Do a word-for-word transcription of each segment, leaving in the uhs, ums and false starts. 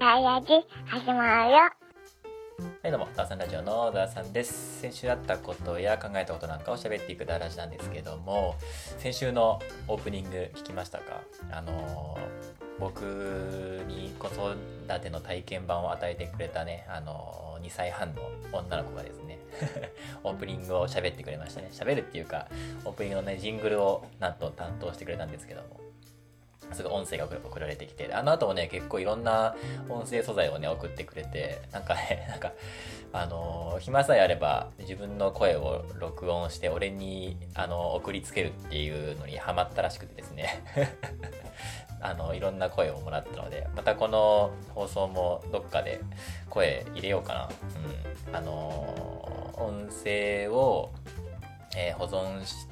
ダイヤジ始まるよ。 はいどうも、ダーさんラジオのダーさんです。先週あったことや考えたことなんかを喋っていくダーラジなんですけども、先週のオープニング聞きましたか？あのー、僕に子育ての体験版を与えてくれたね、あのー、にさいはんの女の子がですねオープニングを喋ってくれましたね。喋るっていうか、オープニングのねジングルをなんと担当してくれたんですけども、すぐ音声が送られてきて、あの後もね結構いろんな音声素材をね送ってくれて、なんかねなんかあのー、暇さえあれば自分の声を録音して俺にあの送りつけるっていうのにハマったらしくてですねあのいろんな声をもらったので、またこの放送もどっかで声入れようかな。うん、あのー、音声をえー、保存して、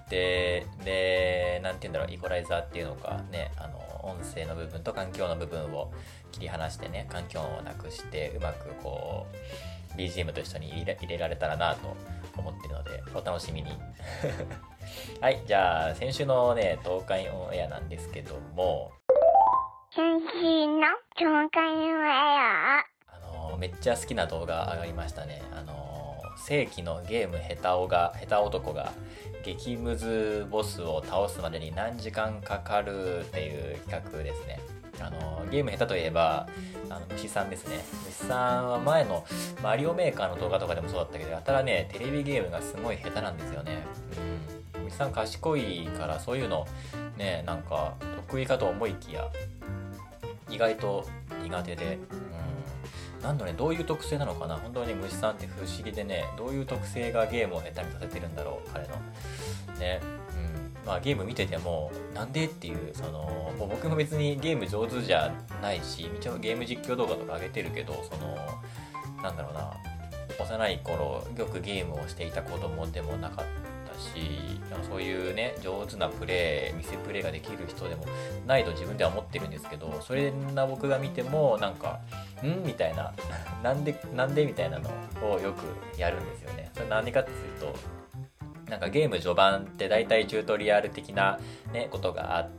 で、なんて言うんだろう、イコライザーっていうのかね、あの、音声の部分と環境の部分を切り離してね、環境音をなくして、うまくこう、ビージーエム と一緒に入れ、入れられたらなと思ってるので、お楽しみに。はい、じゃあ、先週のね、東海オンエアなんですけども、 先週の東海オンエア。 あの、めっちゃ好きな動画上がりましたね。あの、世紀のゲーム下手おが下手男が激ムズボスを倒すまでに何時間かかるっていう企画ですね。あのゲーム下手といえばあの虫さんですね。虫さんは前のマリオメーカーの動画とかでもそうだったけど、やたらねテレビゲームがすごい下手なんですよね。うん、虫さん賢いからそういうのね、なんか得意かと思いきや意外と苦手で、なんだね、どういう特性なのかな。本当に虫さんって不思議でね、どういう特性がゲームを下手にさせてるんだろう、彼のね。うん、まあゲーム見ててもなんでっていう、そのもう僕も別にゲーム上手じゃないし、一応ゲーム実況動画とか上げてるけど、そのなんだろうな、幼い頃よくゲームをしていた子供でもなかったし、そういうね上手なプレー見せプレーができる人でもないと自分では思ってるんですけど、それな僕が見てもなんかんみたいななんでなんでみたいなのをよくやるんですよね。それ何かっていうと、なんかゲーム序盤って大体チュートリアル的なねことがあって、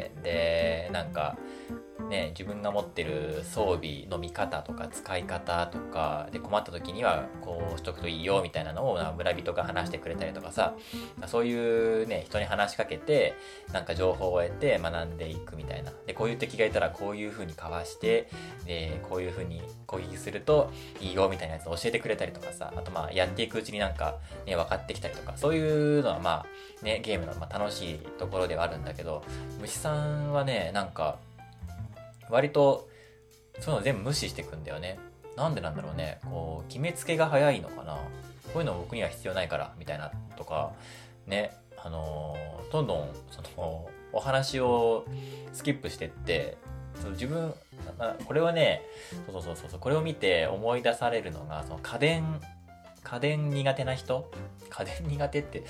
でなんかね、自分が持ってる装備の見方とか使い方とかで困った時にはこうしとくといいよみたいなのを村人が話してくれたりとかさ、そういうね人に話しかけてなんか情報を得て学んでいくみたいな。でこういう敵がいたらこういう風にかわして、でこういう風に攻撃するといいよみたいなやつを教えてくれたりとかさ、あとまあやっていくうちになんかね分かってきたりとか、そういうのはまあねゲームのまあ楽しいところではあるんだけど、虫さんはねなんか割とそういうの全部無視していくんだよね。なんでなんだろうね。こう決めつけが早いのかな。こういうの僕には必要ないからみたいなとかね、あのー、どんどんそのお話をスキップしてって、その自分これはね、そうそうそうそう、これを見て思い出されるのが、その家電家電苦手な人、家電苦手って、うん、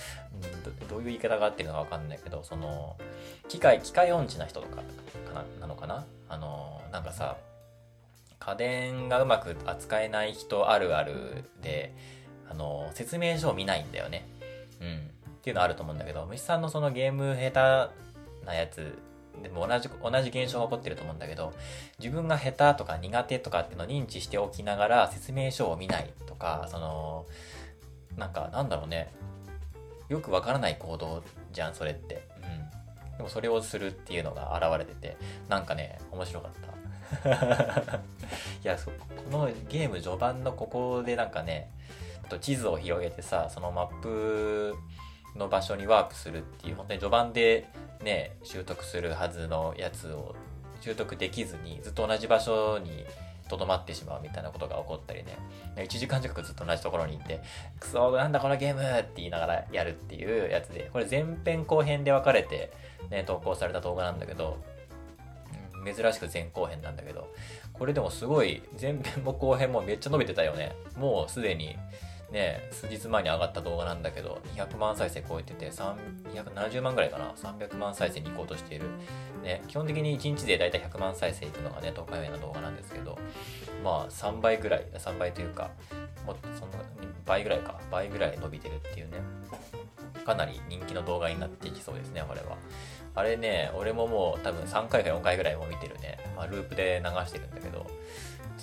ど, どういう言い方が合ってるのかわかんないけど、その機械機械音痴な人とかかななのかな。あのなんかさ、家電がうまく扱えない人あるあるで、あの説明書を見ないんだよね。うん、っていうのあると思うんだけど、虫さんのそのゲーム下手なやつでも同じ同じ現象が起こってると思うんだけど、自分が下手とか苦手とかっていうのを認知しておきながら説明書を見ないとか、そのなんかなんだろうね、よくわからない行動じゃんそれって。うん、でもそれをするっていうのが現れてて、なんかね面白かったいや、そこのゲーム序盤のここでなんかね、あと地図を広げてさ、そのマップの場所にワープするっていう、本当に序盤でね習得するはずのやつを習得できずにずっと同じ場所にとどまってしまうみたいなことが起こったりね、いちじかん近くずっと同じところに行ってクソなんだこのゲームって言いながらやるっていうやつで、これ前編後編で分かれてね投稿された動画なんだけど、うん、珍しく前後編なんだけど、これでもすごい前編も後編もめっちゃ伸びてたよね。もうすでにね、数日前に上がった動画なんだけどにひゃくまん再生超えてて、にひゃくななじゅうまんぐらいかな、さんびゃくまん再生に行こうとしている、ね、基本的にいちにちでだいたいひゃくまん再生いくのがね東海オンエアの動画なんですけど、まあさんばいぐらいさんばいというかもっとその倍ぐらいか倍ぐらい伸びてるっていうね、かなり人気の動画になっていきそうですね。これはあれね、俺ももう多分さんかいかよんかいぐらいも見てるね、まあ、ループで流してるんだけど、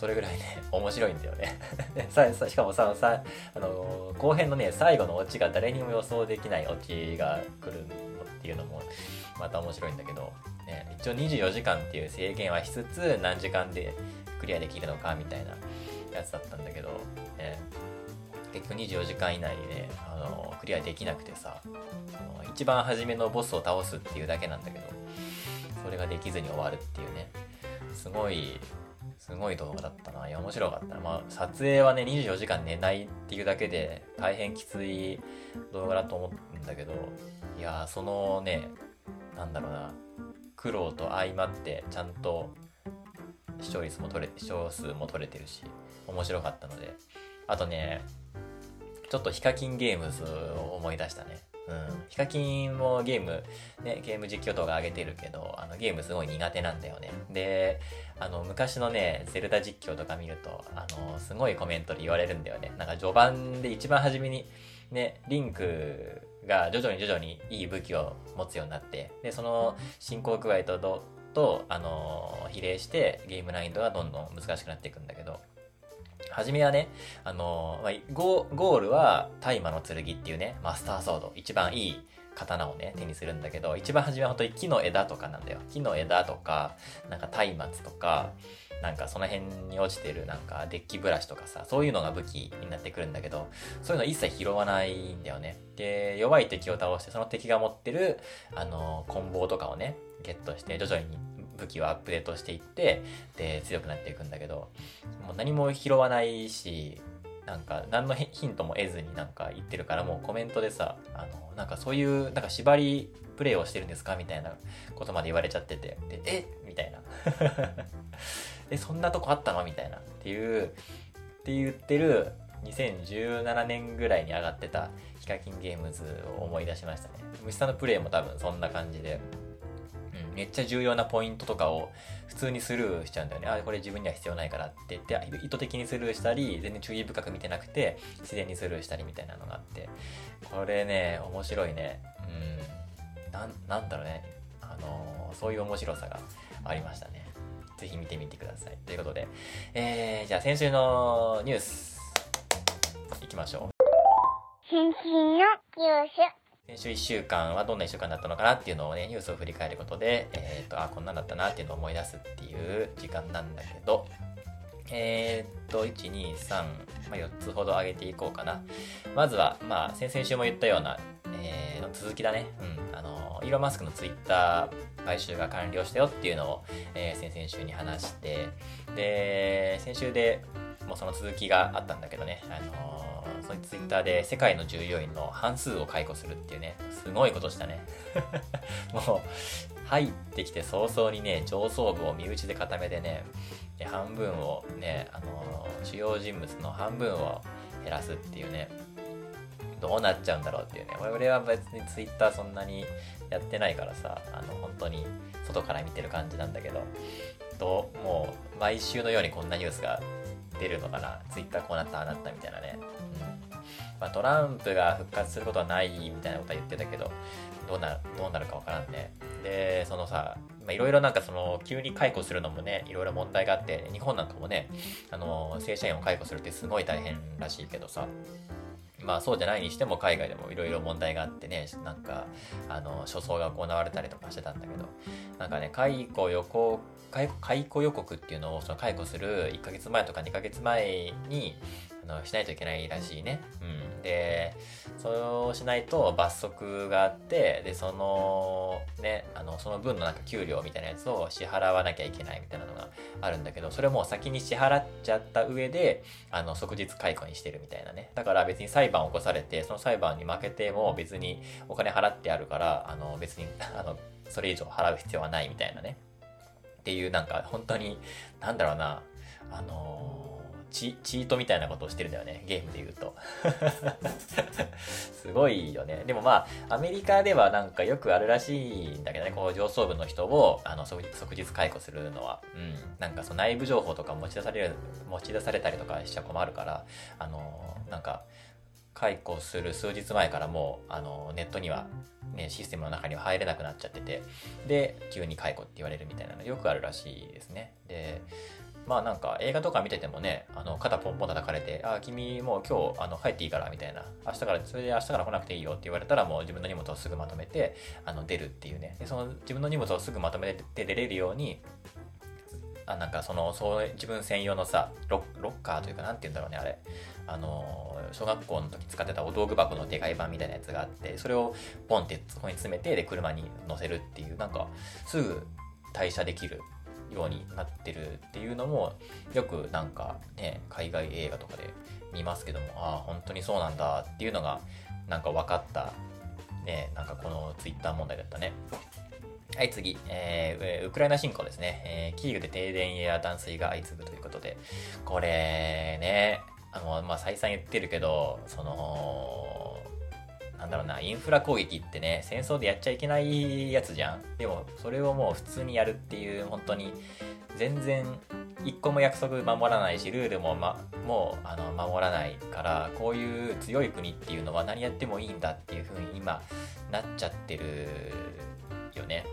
それぐらいね面白いんだよねでささしかもささあの後編のね最後のオチが誰にも予想できないオチが来るのっていうのもまた面白いんだけど、ね、一応にじゅうよじかんっていう制限はしつつ何時間でクリアできるのかみたいなやつだったんだけど、ね、結局にじゅうよじかん以内にねあのクリアできなくてさ、あの一番初めのボスを倒すっていうだけなんだけどそれができずに終わるっていうね、すごいすごい動画だったな。いや面白かったな。まあ撮影はねにじゅうよじかん寝ないっていうだけで大変きつい動画だと思うんだけど、いやそのねなんだろうな苦労と相まってちゃんと視聴率も取れ視聴数も取れてるし面白かったので、あとねちょっとヒカキンゲームズを思い出したね。うん、ヒカキンもゲームねゲーム実況動画上げてるけど、あのゲームすごい苦手なんだよね。であの昔のねゼルダ実況とか見るとあのすごいコメントで言われるんだよね。なんか序盤で一番初めにねリンクが徐々に徐々にいい武器を持つようになって、でその進行具合とどとあの比例してゲーム難易度がどんどん難しくなっていくんだけど、初めはね、あのーまあ、ゴ, ゴールは大麻の剣っていうね、マスターソード、一番いい刀をね、手にするんだけど、一番初めは本当に木の枝とかなんだよ。木の枝とか、なんか松明とか、なんかその辺に落ちてるなんかデッキブラシとかさ、そういうのが武器になってくるんだけど、そういうの一切拾わないんだよね。で、弱い敵を倒して、その敵が持ってる、あのー、コンボとかをね、ゲットして、徐々に武器をアップデートしていってで強くなっていくんだけど、もう何も拾わないし、なんか何のヒントも得ずになんか言ってるから、もうコメントでさ、あのなんかそういうなんか縛りプレイをしてるんですかみたいなことまで言われちゃってて、でえみたいなえそんなとこあったのみたいなっていうって言ってるにせんじゅうななねんぐらいに上がってたヒカキンゲームズを思い出しましたね。虫さんのプレイも多分そんな感じで、うん、めっちゃ重要なポイントとかを普通にスルーしちゃうんだよね。あ、これ自分には必要ないからって言って意図的にスルーしたり、全然注意深く見てなくて自然にスルーしたりみたいなのがあって、これね面白いね。うん、なん、なんだろうね、あのー、そういう面白さがありましたね。ぜひ見てみてください。ということで、えー、じゃあ先週のニュースいきましょう。 先週のニュース。 先週いっしゅうかんはどんないっしゅうかんだったのかなっていうのをね、ニュースを振り返ることで、えっと、あ、こんなんだったなっていうのを思い出すっていう時間なんだけど、えー、っと、いち、に、さん、まあ、よっつほど上げていこうかな。まずは、まあ、先々週も言ったような、えー、の続きだね。うん。あの、イーロン・マスクのツイッター買収が完了したよっていうのを、えー、先々週に話して、で、先週でもうその続きがあったんだけどね、あのそいつツイッターで世界の従業員の半数を解雇するっていうね、すごいことしたね。もう、入ってきて早々にね、上層部を身内で固めてね、で半分をね、あのー、主要人物の半分を減らすっていうね、どうなっちゃうんだろうっていうね。俺は別にツイッターそんなにやってないからさ、あの、本当に外から見てる感じなんだけど、どうもう毎週のようにこんなニュースが出るのかな。ツイッターこうなったああなったみたいなね。うんまあ、トランプが復活することはないみたいなことは言ってたけど、どうなる、どうなるかわからんね。で、そのさ、いろいろなんかその急に解雇するのもね、いろいろ問題があって、日本なんかもね、あの正社員を解雇するってすごい大変らしいけどさ、まあそうじゃないにしても海外でもいろいろ問題があってね、なんかあの処捜が行われたりとかしてたんだけど、なんかね解雇予告解雇解雇予告っていうのをその解雇するいっかげつまえとかにかげつまえにあのしないといけないらしいね。うん、でそうしないと罰則があって、でそのねあのその分のなんか給料みたいなやつを支払わなきゃいけないみたいなのがあるんだけど、それも先に支払っちゃった上であの即日解雇にしてるみたいなね。だから別に裁判を起こされてその裁判に負けても別にお金払ってあるから、あの別にあのそれ以上払う必要はないみたいなねっていう、なんか本当になんだろうな、あのーチ, チートみたいなことをしてるんだよね、ゲームで言うと。すごいよね。でもまあアメリカではなんかよくあるらしいんだけどね、こう上層部の人をあの即日解雇するのは、うん、なんかその内部情報とか持ち出される持ち出されたりとかしちゃ困るから、あのー、なんか解雇する数日前からもうあのネットにはねシステムの中には入れなくなっちゃってて、で急に解雇って言われるみたいなのよくあるらしいですね。でまあなんか映画とか見ててもね、あの肩ポンポン叩かれて、あ、君もう今日あの帰っていいからみたいな、明日から、それで明日から来なくていいよって言われたら、もう自分の荷物をすぐまとめてあの出るっていうね。でその自分の荷物をすぐまとめて出れるように、あなんかそのそう自分専用のさロ、ロッカーというか、なんて言うんだろうね、あれ、あの小学校の時使ってたお道具箱のでかい版みたいなやつがあって、それをポンってそこに詰めて、で車に乗せるっていう、なんかすぐ退社できるようになってるっていうのも、よくなんかね、海外映画とかで見ますけども、ああ本当にそうなんだっていうのがなんか分かったね、なんかこのツイッター問題だったね。はい、次、えー、ウクライナ侵攻ですね、えー、キーウで停電や断水が相次ぐということで、これね、あのまあ再三言ってるけど、そのなんだろうな、インフラ攻撃ってね、戦争でやっちゃいけないやつじゃん。でもそれをもう普通にやるっていう、本当に全然一個も約束守らないし、ルールも、ま、もうあの守らないから、こういう強い国っていうのは何やってもいいんだっていう風に今なっちゃってるよね。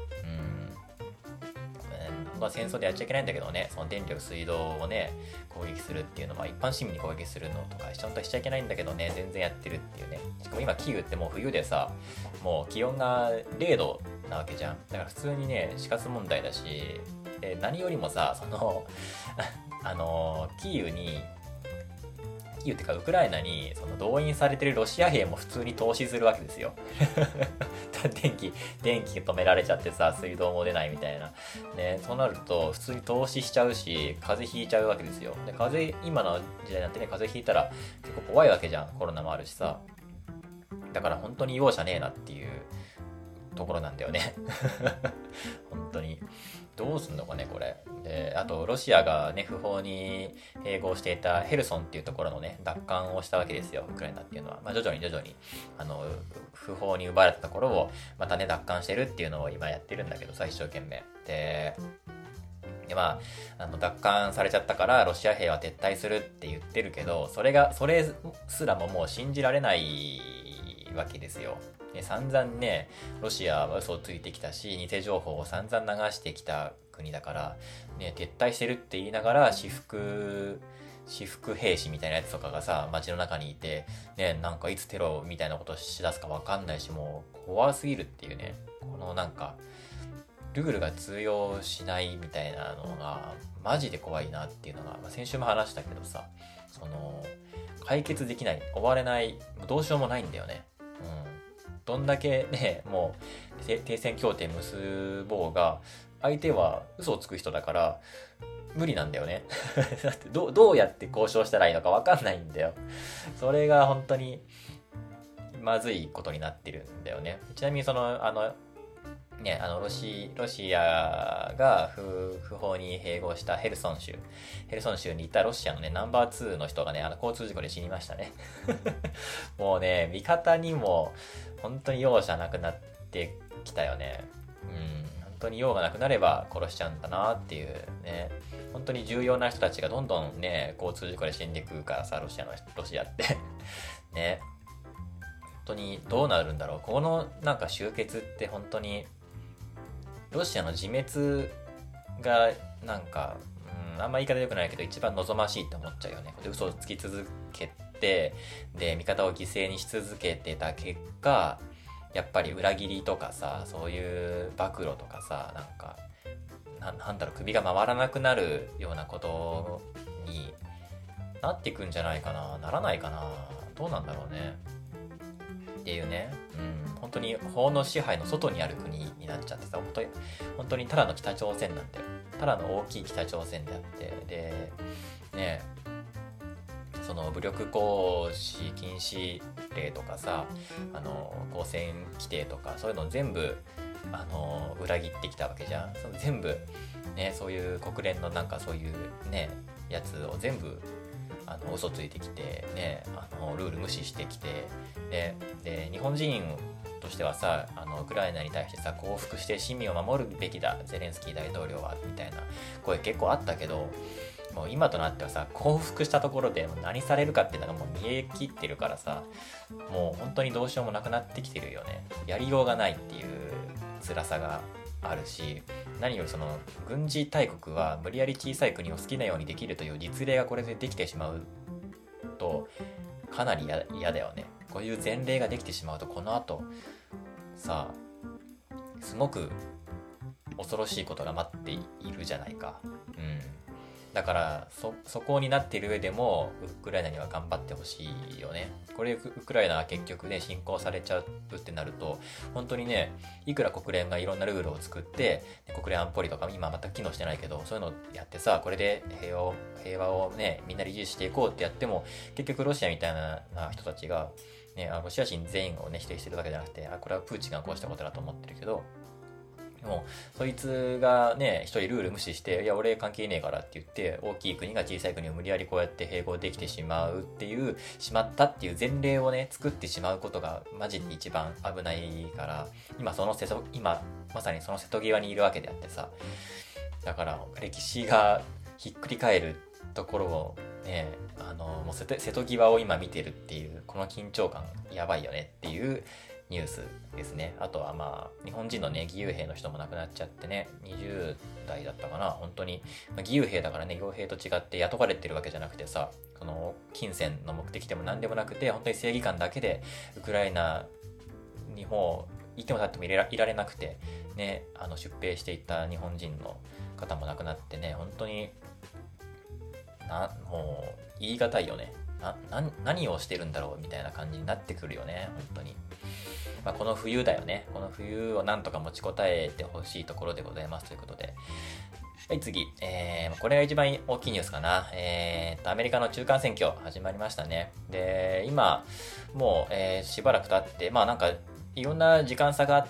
本当は戦争でやっちゃいけないんだけどね、その電力水道をね攻撃するっていうのは、一般市民に攻撃するのとか本当はしちゃいけないんだけどね、全然やってるっていうね。しかも今キーウってもう冬でさ、もう気温がれいどなわけじゃん。だから普通にね死活問題だし、で何よりもさ、そのあのキーウにキーウってかウクライナにその動員されてるロシア兵も普通に投資するわけですよ。電気電気止められちゃってさ、水道も出ないみたいなね。そうなると普通に投資しちゃうし、風邪ひいちゃうわけですよ。で風邪、今の時代になってね、風邪ひいたら結構怖いわけじゃん。コロナもあるしさ。だから本当に容赦ねえなっていうところなんだよね。本当にどうすんのかねこれで。あとロシアがね不法に併合していたヘルソンっていうところのね奪還をしたわけですよ、ウクライナっていうのは。まあ、徐々に徐々にあの不法に奪われたところをまたね奪還してるっていうのを今やってるんだけどさ、一生懸命で。でまあ、あの奪還されちゃったからロシア兵は撤退するって言ってるけど、それがそれすらももう信じられないわけですよ。ね、散々ねロシアは嘘をついてきたし、偽情報を散々流してきた国だから、ね、撤退してるって言いながら私服私服兵士みたいなやつとかがさ街の中にいて、ね、なんかいつテロみたいなことをしだすか分かんないし、もう怖すぎるっていうね。このなんかルールが通用しないみたいなのがマジで怖いなっていうのが、まあ、先週も話したけどさ、その解決できない、終われない、どうしようもないんだよね。うん、どんだけねもう停戦協定結ぼうが、相手は嘘をつく人だから無理なんだよね。だってどう、どうやって交渉したらいいのか分かんないんだよ。それが本当にまずいことになってるんだよね。ちなみにそのあのね、あのロシロシアが 不, 不法に併合したヘルソン州ヘルソン州にいたロシアのねナンバーツーの人がね、あの交通事故で死にましたね。もうね味方にも本当に容赦なくなってきたよね。うん、本当に用がなくなれば殺しちゃうんだなっていうね。本当に重要な人たちがどんどんね交通事故で死んでいくからさ、ロシアのロシアってね、本当にどうなるんだろう。このなんか終結って本当にロシアの自滅がなんか、うん、あんま言い方良くないけど一番望ましいって思っちゃうよね。で嘘をつき続けて、で味方を犠牲にし続けてた結果、やっぱり裏切りとかさ、そういう暴露とかさ、なんか な, なんだろう首が回らなくなるようなことになっていくんじゃないかな。ならないかな。どうなんだろうねっていうね。うん、本当に法の支配の外にある国になっちゃってさ、本当に本当にただの北朝鮮なんだよ。ただの大きい北朝鮮であって、でね、その武力行使禁止令とかさ、あの公選規定とかそういうの全部あの裏切ってきたわけじゃん。その全部ね、そういう国連のなんかそういうねやつを全部あの嘘ついてきてね、あのルール無視してきて、でで日本人としてはさ、あのウクライナに対してさ降伏して市民を守るべきだゼレンスキー大統領はみたいな声結構あったけど、もう今となってはさ降伏したところで何されるかっていうのがもう見えきってるからさ、もう本当にどうしようもなくなってきてるよね。やりようがないっていう辛さがあるし、何よりその軍事大国は無理やり小さい国を好きなようにできるという実例がこれでできてしまうとかなり嫌だよね。こういう前例ができてしまうと、この後さあすごく恐ろしいことが待っているじゃないか。うんだからそそこになっている上でもウクライナには頑張ってほしいよね。これウクライナは結局ね侵攻されちゃうってなると、本当にねいくら国連がいろんなルールを作って国連安保理とか今また機能してないけど、そういうのやってさ、これで平和を平和をねみんなで維持していこうってやっても、結局ロシアみたいな人たちがね、あロシア人全員をね否定してるわけじゃなくて、あこれはプーチンがこうしたことだと思ってるけど、もうそいつがね一人ルール無視して、いや俺関係ねえからって言って、大きい国が小さい国を無理やりこうやって併合できてしまうっていうしまったっていう前例をね作ってしまうことがマジで一番危ないから、今その瀬戸今まさにその瀬戸際にいるわけであってさ、だから歴史がひっくり返るところをね、あのもう瀬戸、瀬戸際を今見てるっていうこの緊張感やばいよねっていうニュースですね。あとはまあ日本人のね義勇兵の人も亡くなっちゃってね、にじゅう代だったかな。本当に、まあ、義勇兵だからね、傭兵と違って雇われてるわけじゃなくてさ、その金銭の目的でも何でもなくて、本当に正義感だけでウクライナにもういても立ってもいらいられなくてね、あの出兵していった日本人の方も亡くなってね、本当になもう言い難いよね。なな何をしてるんだろうみたいな感じになってくるよね、本当に。まあ、この冬だよね。この冬をなんとか持ちこたえてほしいところでございますということで。はい、次。えー、これが一番大きいニュースかな。えーと、アメリカの中間選挙始まりましたね。で、今、もう、えー、しばらく経って、まあなんか、いろんな時間差があって、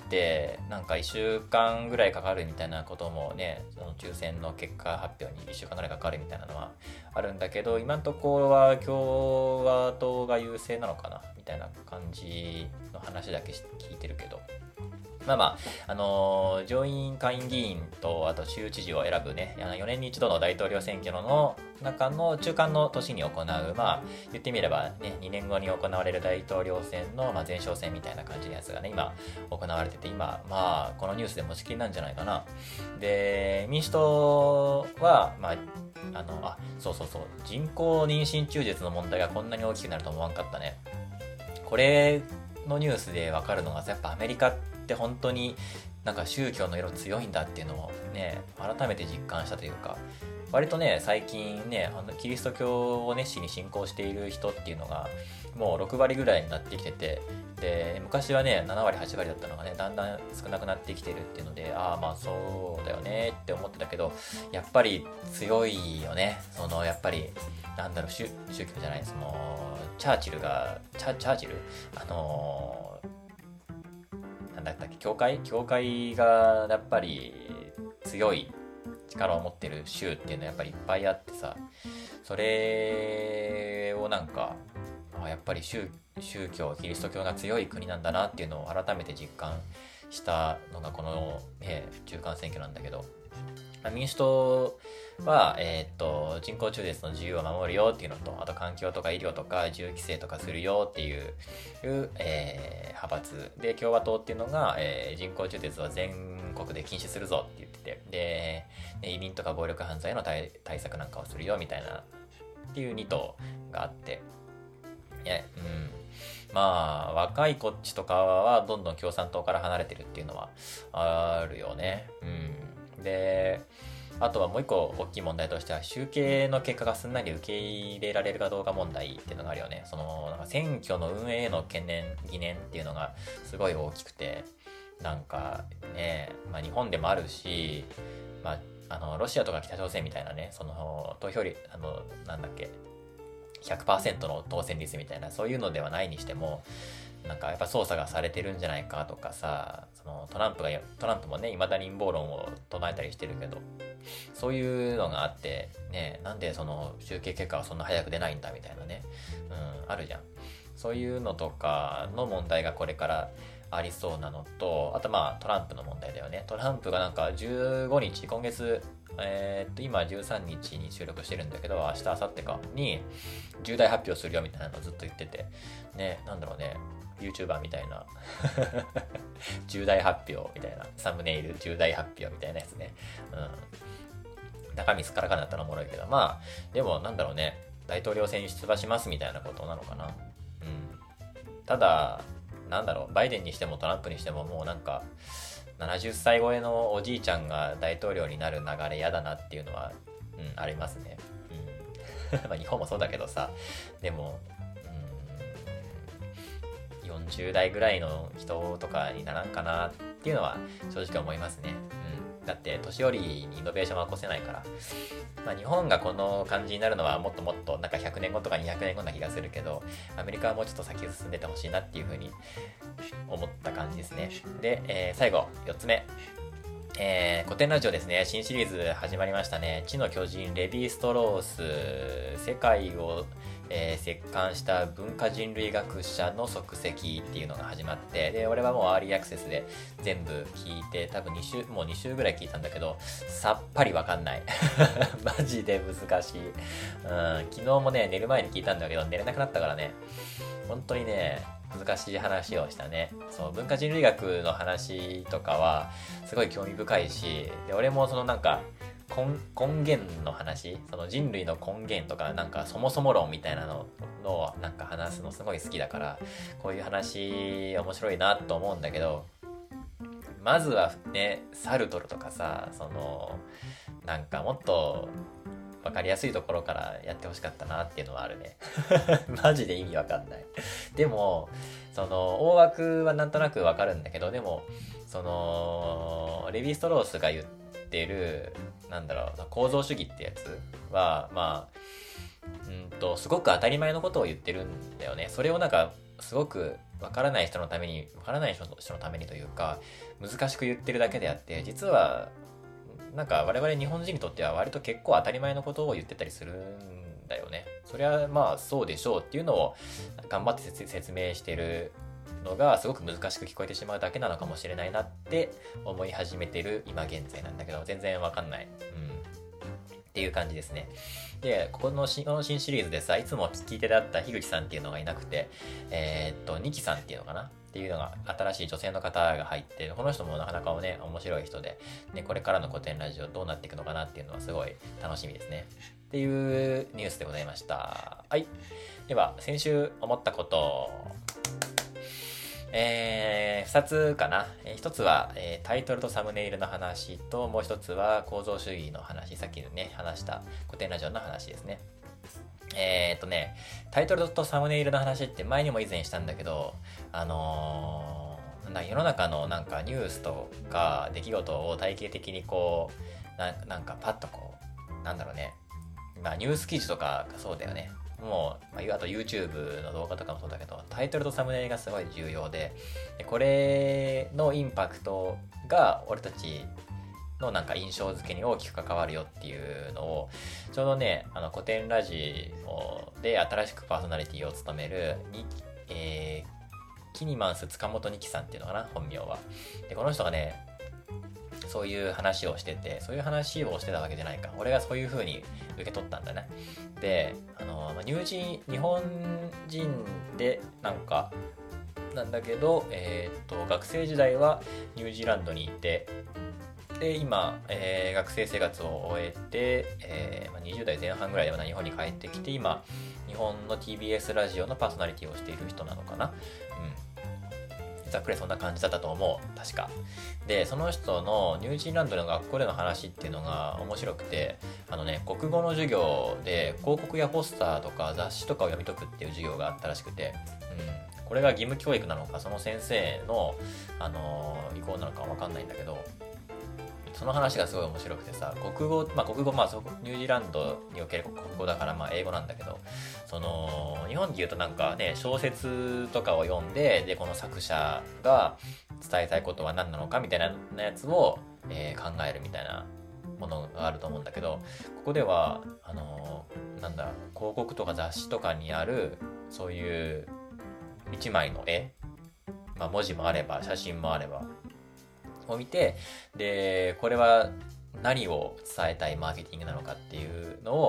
なんかいっしゅうかんぐらいかかるみたいなこともね、その抽選の結果発表にいっしゅうかんぐらいかかるみたいなのはあるんだけど、今のところは共和党が優勢なのかなみたいな感じの話だけ聞いてるけど。まあまあ、あのー、上院下院議員とあと州知事を選ぶね、よねんに一度の大統領選挙の中の中間の年に行う、まあ言ってみればね、にねんごに行われる大統領選の、まあ、前哨戦みたいな感じのやつがね、今行われてて、今、まあこのニュースで持ちきりなんじゃないかな。で、民主党は、まあ、あの、あ、そうそうそう、人工妊娠中絶の問題がこんなに大きくなると思わんかったね。これのニュースでわかるのが、やっぱアメリカって本当になんか宗教の色強いんだっていうのをね改めて実感したというか、割とね最近ねあのキリスト教を熱心に信仰している人っていうのがもうろくわりぐらいになってきてて、で昔はねななわりはちわりだったのがねだんだん少なくなってきてるっていうので、ああまあそうだよねって思ってたけど、やっぱり強いよね。そのやっぱりなんだろう、宗宗教じゃない、そのチャーチルがチャチャーチルあのーなんだったっけ、教会教会がやっぱり強い力を持ってる州っていうのはやっぱりいっぱいあってさ、それをなんかやっぱり 宗, 宗教キリスト教が強い国なんだなっていうのを改めて実感したのがこの、ね、中間選挙なんだけど、民主党は、えー、と人工中絶の自由を守るよっていうのと、あと環境とか医療とか銃規制とかするよっていう、えー、派閥で、共和党っていうのが、えー、人工中絶は全国で禁止するぞって言ってて、で移民とか暴力犯罪の 対, 対策なんかをするよみたいなっていうに党があって、いや、うんまあ若いこっちとかはどんどん共産党から離れてるっていうのはあるよね。うんで、あとはもう一個大きい問題としては、集計の結果がすんなり受け入れられるかどうか問題っていうのがあるよね。そのなんか選挙の運営への懸念疑念っていうのがすごい大きくて、なんかね、まあ、日本でもあるし、まあ、あのロシアとか北朝鮮みたいなね、その投票率あのなんだっけ ひゃくパーセント の当選率みたいなそういうのではないにしても、なんかやっぱ操作がされてるんじゃないかとかさ、そのトランプがトランプもね未だに陰謀論を唱えたりしてるけど、そういうのがあってね、なんでその集計結果はそんな早く出ないんだみたいなね、うんあるじゃん。そういうのとかの問題がこれからありそうなのと、あとまあトランプの問題だよね。トランプがなんかじゅうごにち、今月えー、っと今じゅうさんにちに収録してるんだけど、明日明後日かに重大発表するよみたいなのをずっと言っててね、なんだろうね、 YouTuber みたいな重大発表みたいな、サムネイル重大発表みたいなやつね。うん。中身すっからかんだったらおもろいけど、まあ、でもなんだろうね、大統領選に出馬しますみたいなことなのかな。うん。ただ、なんだろう、バイデンにしてもトランプにしてももうなんか、ななじゅっさい超えのおじいちゃんが大統領になる流れ嫌だなっていうのは、うん、ありますね。うん。まあ日本もそうだけどさ、でも、うん、よんじゅう代ぐらいの人とかにならんかなっていうのは正直思いますね。うん。だって年寄りにイノベーションは起こせないから。まあ、日本がこの感じになるのはもっともっとなんかひゃくねんごとかにひゃくねんごな気がするけど、アメリカはもうちょっと先進んでてほしいなっていうふうに思った感じですね。で、えー、最後よっつめ、えー、古典ラジオですね。新シリーズ始まりましたね。知の巨人レヴィ・ストロース、世界を、えー、席巻した文化人類学者の足跡っていうのが始まって、で俺はもうアーリーアクセスで全部聞いて、多分に週もうに週ぐらい聞いたんだけど、さっぱりわかんないマジで難しい、うん、昨日もね寝る前に聞いたんだけど寝れなくなったからね、本当にね難しい話をしたね。そう、文化人類学の話とかはすごい興味深いし、で俺もそのなんか根, 根源の話、その人類の根源とかなんかそもそも論みたいなのをなんか話すのすごい好きだから、こういう話面白いなと思うんだけど、まずはねサルトルとかさ、そのなんかもっと分かりやすいところからやってほしかったなっていうのはあるねマジで意味わかんない。でもその大枠はなんとなくわかるんだけど、でもそのレヴィ・ストロースが言ってるなんだろう構造主義ってやつはまあうんとすごく当たり前のことを言ってるんだよね。それをなんかすごくわからない人のためにわからない人のためにというか難しく言ってるだけであって、実はなんか我々日本人にとっては割と結構当たり前のことを言ってたりするんだよね。それはまあそうでしょうっていうのを頑張って説明してるのがすごく難しく聞こえてしまうだけなのかもしれないなって思い始めてる今現在なんだけど、全然わかんない、うん、っていう感じですね。でここの新、この新シリーズでさ、いつも聞いてだった樋口さんっていうのがいなくて、えー、っとニキさんっていうのかなっていうのが新しい女性の方が入って、この人もなかなかね面白い人で、ね、これからの古典ラジオどうなっていくのかなっていうのはすごい楽しみですねっていうニュースでございました。はい、では先週思ったこと、えー、ふたつかな。えー、ひとつは、えー、タイトルとサムネイルの話と、もうひとつは構造主義の話、さっきね話した古典ラジオの話ですね。えーっとね、タイトルとサムネイルの話って前にも以前したんだけど、あのー、なんだ世の中のなんかニュースとか出来事を体系的にこう な, なんかパッとこうなんだろうね、まあニュース記事とかがそうだよね。もう、まあ、あと YouTube の動画とかもそうだけど、タイトルとサムネイルがすごい重要で、でこれのインパクトが俺たちのなんか印象付けに大きく関わるよっていうのをちょうどね、あの古典ラジオで新しくパーソナリティを務めるに、えー、キニマンス塚本二木さんっていうのかな、本名は。でこの人がねそういう話をしてて、そういう話をしてたわけじゃないか、俺がそういう風に受け取ったんだね。で、あの入人日本人でなんかなんだけど、えー、っと学生時代はニュージーランドにいて、で今、えー、学生生活を終えて、えーまあ、にじゅう代前半ぐらいでは日本に帰ってきて、今日本の ティービーエス ラジオのパーソナリティをしている人なのかな。うん、ざっくりそんな感じだったと思う、確か。でその人のニュージーランドの学校での話っていうのが面白くて、あのね国語の授業で広告やポスターとか雑誌とかを読み解くっていう授業があったらしくて、うん、これが義務教育なのかその先生の、あのー、意向なのかわかんないんだけど、その話がすごい面白くてさ、国語、まあ国語、まあニュージーランドにおける国語だからまあ英語なんだけど、その日本で言うとなんかね小説とかを読んで、でこの作者が伝えたいことは何なのかみたいなやつを、えー、考えるみたいなものがあると思うんだけど、ここではあのー、なんだ広告とか雑誌とかにあるそういう一枚の絵、まあ文字もあれば写真もあればを見て、でこれは何を伝えたいマーケティングなのかっていうのを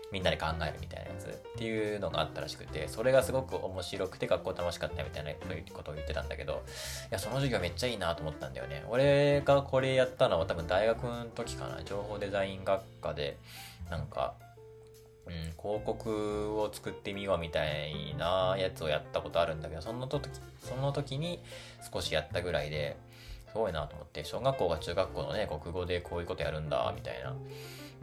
みんなで考えるみたいなやつっていうのがあったらしくて、それがすごく面白くて学校楽しかったみたいなことを言ってたんだけど、いやその授業めっちゃいいなと思ったんだよね。俺がこれやったのは多分大学の時かな、情報デザイン学科でなんか、うん、広告を作ってみようみたいなやつをやったことあるんだけど、その時その時に少しやったぐらいですごいなと思って、小学校が中学校のね国語でこういうことやるんだみたいな。うん、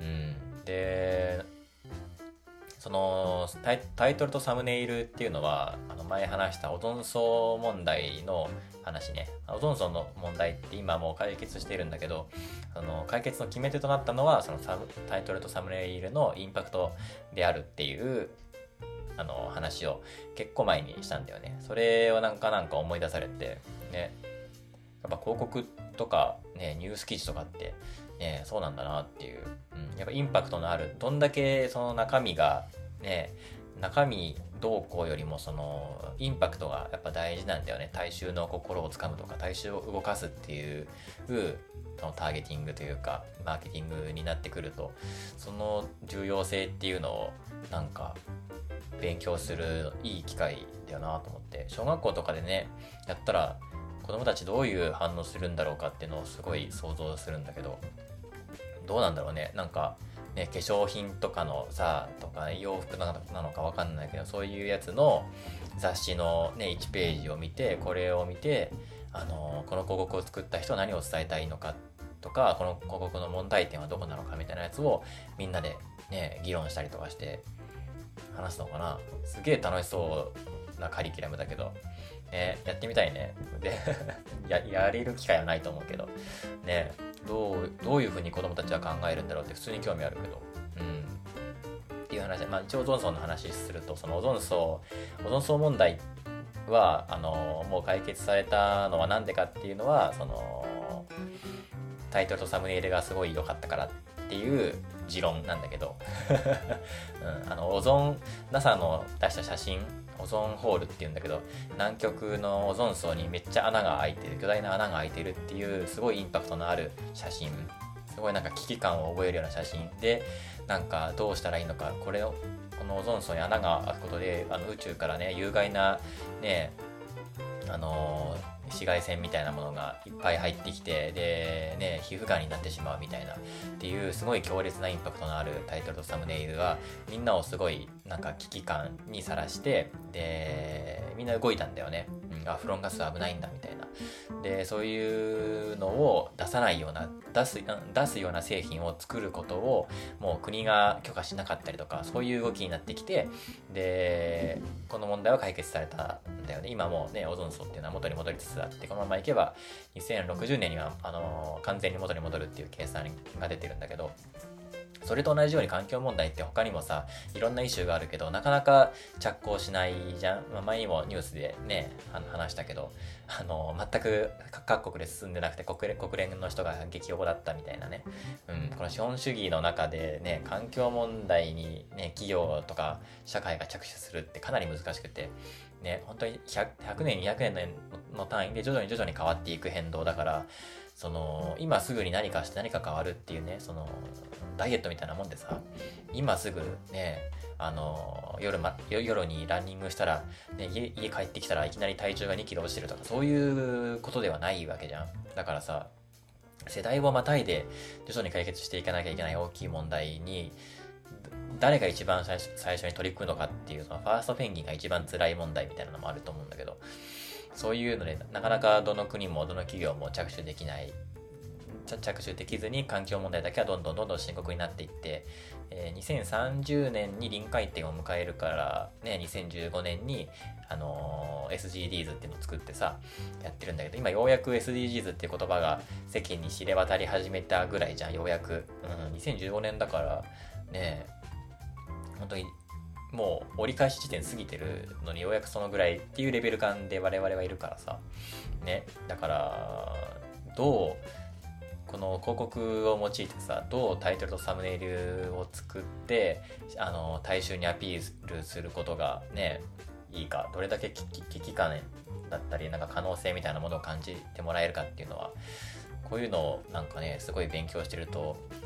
でそのタイ、タイトルとサムネイルっていうのはあの前話したオゾン層問題の話ね。オゾン層の問題って今もう解決しているんだけど、その解決の決め手となったのはそのサムタイトルとサムネイルのインパクトであるっていうあの話を結構前にしたんだよね。それをなんかなんか思い出されてね、やっぱ広告とかねニュース記事とかってねそうなんだなっていう、うん、やっぱインパクトのある、どんだけその中身がね中身どうこうよりもそのインパクトがやっぱ大事なんだよね。大衆の心をつかむとか大衆を動かすっていうそのターゲティングというかマーケティングになってくると、その重要性っていうのをなんか勉強するいい機会だよなと思って、小学校とかでねやったら子供たちどういう反応するんだろうかっていうのをすごい想像するんだけど、どうなんだろうね。なんかね、化粧品とかのさとか、ね、洋服なのかわかんないけど、そういうやつの雑誌の、ね、いちページを見て、これを見て、あのこの広告を作った人は何を伝えたいのかとか、この広告の問題点はどこなのかみたいなやつをみんなで、ね、議論したりとかして話すのかな。すげえ楽しそうなカリキュラムだけど、ね、やってみたいね。でや、やれる機会はないと思うけどね、どう、どういうふうに子供たちは考えるんだろうって普通に興味あるけど、うん。っていう話で、まあ一応オゾン層の話すると、そのオゾン層、オゾン層問題は、あの、もう解決されたのはなんでかっていうのは、その、タイトルとサムネイルがすごい良かったからっていう持論なんだけど、うん、あの、オゾン、ナサ の出した写真、オゾンホールっていうんだけど、南極のオゾン層にめっちゃ穴が開いてる、巨大な穴が開いてるっていうすごいインパクトのある写真、すごいなんか危機感を覚えるような写真で、なんかどうしたらいいのか、これをこのオゾン層に穴が開くことであの宇宙からね有害なねあのー紫外線みたいなものがいっぱい入ってきて、でね皮膚がんになってしまうみたいなっていうすごい強烈なインパクトのあるタイトルとサムネイルがみんなをすごいなんか危機感にさらして、でみんな動いたんだよね、うん、あフロンガス危ないんだみたいな。でそういうのを出さないような出す出すような製品を作ることをもう国が許可しなかったりとか、そういう動きになってきて、でこの問題は解決されたんだよね。今もうねオゾン層っていうのは元に戻りつつあって、このままいけばにせんろくじゅうねんにはあのー、完全に元に戻るっていう計算が出てるんだけど、それと同じように環境問題って他にもさいろんなイシューがあるけどなかなか着工しないじゃん、まあ、前にもニュースでね話したけど、あの全く各国で進んでなくて国連、国連の人が激応募だったみたいなね、うん、この資本主義の中でね環境問題にね企業とか社会が着手するってかなり難しくてね、本当に ひゃく, ひゃくねんにひゃくねんの単位で徐々に徐々に変わっていく変動だから、その今すぐに何かして何か変わるっていうね、そのダイエットみたいなもんでさ、今すぐねあの 夜, ま、夜にランニングしたら、ね、家, 家帰ってきたらいきなり体重がにキロ落ちてるとかそういうことではないわけじゃん。だからさ世代をまたいで徐々に解決していかなきゃいけない大きい問題に誰が一番最 初, 最初に取り組むのかっていう、そのファーストペンギンが一番辛い問題みたいなのもあると思うんだけど、そういうのでなかなかどの国もどの企業も着手できない、着手できずに環境問題だけはどんどんどんどん深刻になっていって、えー、にせんさんじゅうねんに臨界点を迎えるから、ね、にせんじゅうごねんに、あのー、エスジーディーズ っていうのを作ってさやってるんだけど、今ようやく エスディージーズ っていう言葉が世間に知れ渡り始めたぐらいじゃん、ようやく、うん、にせんじゅうごねんだからね本当にもう折り返し地点過ぎてるのにようやくそのぐらいっていうレベル感で我々はいるからさね、だからどうこの広告を用いてさどうタイトルとサムネイルを作ってあの大衆にアピールすることがねいいか、どれだけ危機感だったりなんか可能性みたいなものを感じてもらえるかっていうのは、こういうのをなんかねすごい勉強してると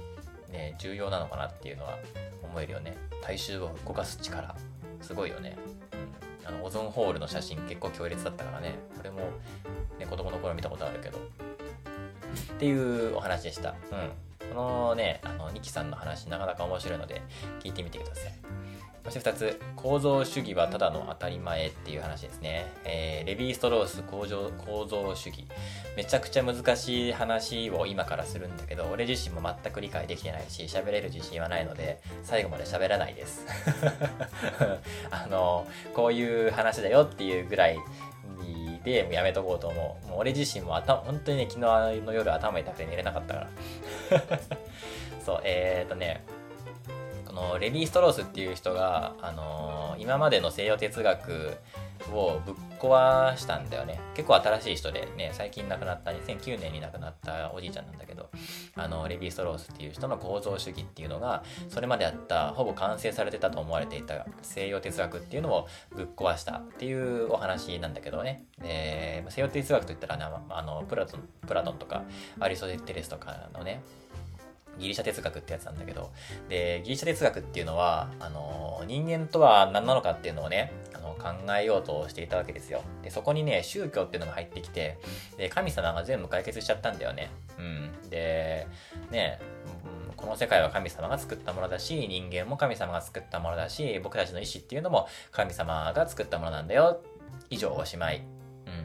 ね、重要なのかなっていうのは思えるよね。体重を動かす力すごいよね、うん、あのオゾンホールの写真結構強烈だったからね。これも、ね、子供の頃見たことあるけどっていうお話でした。うん、このねあのニキさんの話なかなか面白いので聞いてみてください。そしてふたつ、構造主義はただの当たり前っていう話ですね。えー、レヴィー・ストロース構造、構造主義。めちゃくちゃ難しい話を今からするんだけど、俺自身も全く理解できてないし、喋れる自信はないので、最後まで喋らないです。あの、こういう話だよっていうぐらいでやめとこうと思う。もう俺自身も頭、本当にね、昨日の夜頭痛くて寝れなかったから。そう、えーとね、このレヴィ・ストロースっていう人が、あのー、今までの西洋哲学をぶっ壊したんだよね。結構新しい人でね、最近亡くなったにせんきゅうねんに亡くなったおじいちゃんなんだけど、あのレヴィ・ストロースっていう人の構造主義っていうのが、それまであったほぼ完成されてたと思われていた西洋哲学っていうのをぶっ壊したっていうお話なんだけどね。で、西洋哲学といったら、ね、あのプラトン、プラトンとかアリストテレスとかのね、ギリシャ哲学ってやつなんだけど、でギリシャ哲学っていうのはあの人間とは何なのかっていうのをね、あの考えようとしていたわけですよ。でそこにね、宗教っていうのが入ってきて、で神様が全部解決しちゃったんだよね。うんでね、うん、この世界は神様が作ったものだし、人間も神様が作ったものだし、僕たちの意志っていうのも神様が作ったものなんだよ。以上、おしまい。うん、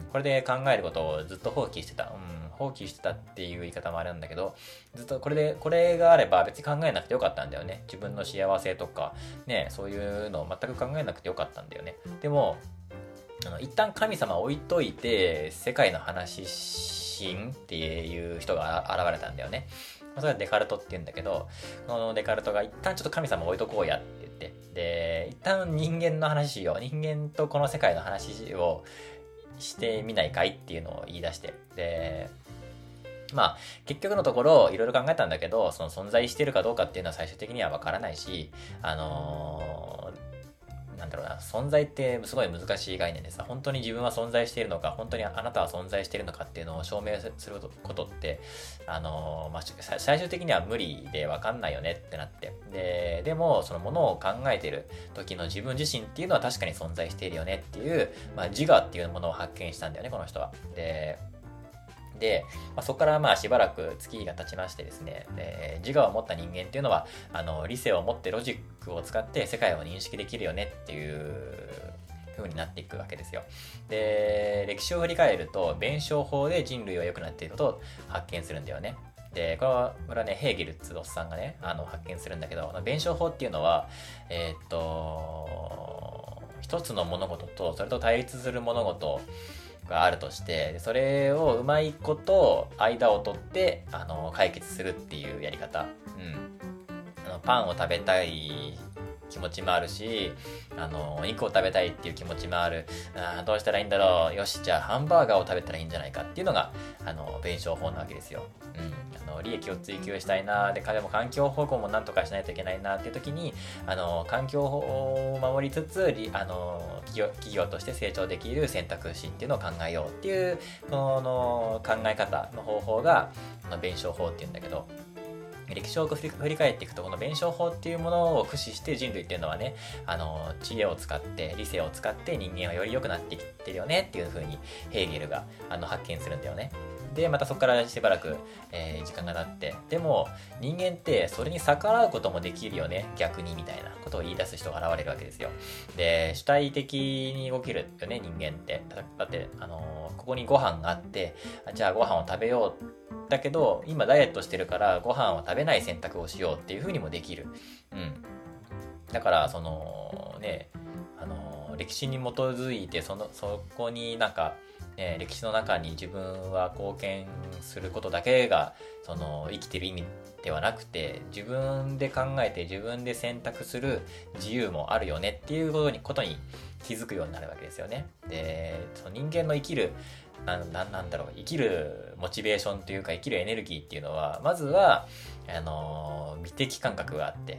これで考えることをずっと放棄してた。うん放棄してたっていう言い方もあれなんだけど、ずっとこれでこれがあれば別に考えなくてよかったんだよね。自分の幸せとかね、そういうのを全く考えなくてよかったんだよね。でもあの一旦神様置いといて世界の話しんっていう人が現れたんだよね。それはデカルトって言うんだけど、このデカルトが一旦ちょっと神様置いとこうやって言って、で一旦人間の話しよう、人間とこの世界の話をしてみないかいっていうのを言い出して、でまあ結局のところいろいろ考えたんだけど、その存在しているかどうかっていうのは最終的には分からないし、あのー、なんだろうな、存在ってすごい難しい概念でさ、本当に自分は存在しているのか、本当にあなたは存在しているのかっていうのを証明することって、あのーまあ、最終的には無理で分かんないよねってなって、ででもそのものを考えている時の自分自身っていうのは確かに存在しているよねっていう、まあ、自我っていうものを発見したんだよね、この人は。でで、まあ、そこからまあしばらく月が経ちましてですね、で自我を持った人間っていうのはあの理性を持ってロジックを使って世界を認識できるよねっていう風になっていくわけですよ。で歴史を振り返ると弁証法で人類は良くなっていることを発見するんだよね。でこれはこれはねヘーゲルっつうおっさんがねあの発見するんだけど、弁証法っていうのはえー、っと一つの物事とそれと対立する物事があるとして、それをうまいこと間を取ってあの解決するっていうやり方。うん、あのパンを食べたい気持ちもあるし、あのお肉を食べたいっていう気持ちもある。あどうしたらいいんだろう、よしじゃあハンバーガーを食べたらいいんじゃないかっていうのがあの弁証法なわけですよ。うん、あの利益を追求したいな、で彼も環境保護もなんとかしないといけないなっていう時に、あの環境を守りつつあの企業、企業として成長できる選択肢っていうのを考えようっていうこの考え方の方法があの弁証法っていうんだけど、歴史を振り返っていくと、この弁証法っていうものを駆使して人類っていうのはね、あの知恵を使って理性を使って人間はより良くなってきてるよねっていう風にヘーゲルがあの発見するんだよね。でまたそこからしばらく、えー、時間が経って、でも人間ってそれに逆らうこともできるよね逆にみたいなことを言い出す人が現れるわけですよ。で主体的に動けるよね人間って。だってあのー、ここにご飯があって、じゃあご飯を食べようだけど今ダイエットしてるからご飯を食べない選択をしようっていう風にもできる。うん。だからそのね、あの歴史に基づいてそのそこになんか、ね、歴史の中に自分は貢献することだけがその生きてる意味ではなくて、自分で考えて自分で選択する自由もあるよねっていうことにことに気づくようになるわけですよね。でその人間の生きるな, な, なんだろう生きるモチベーションというか生きるエネルギーっていうのは、まずはあの美的感覚があって、あの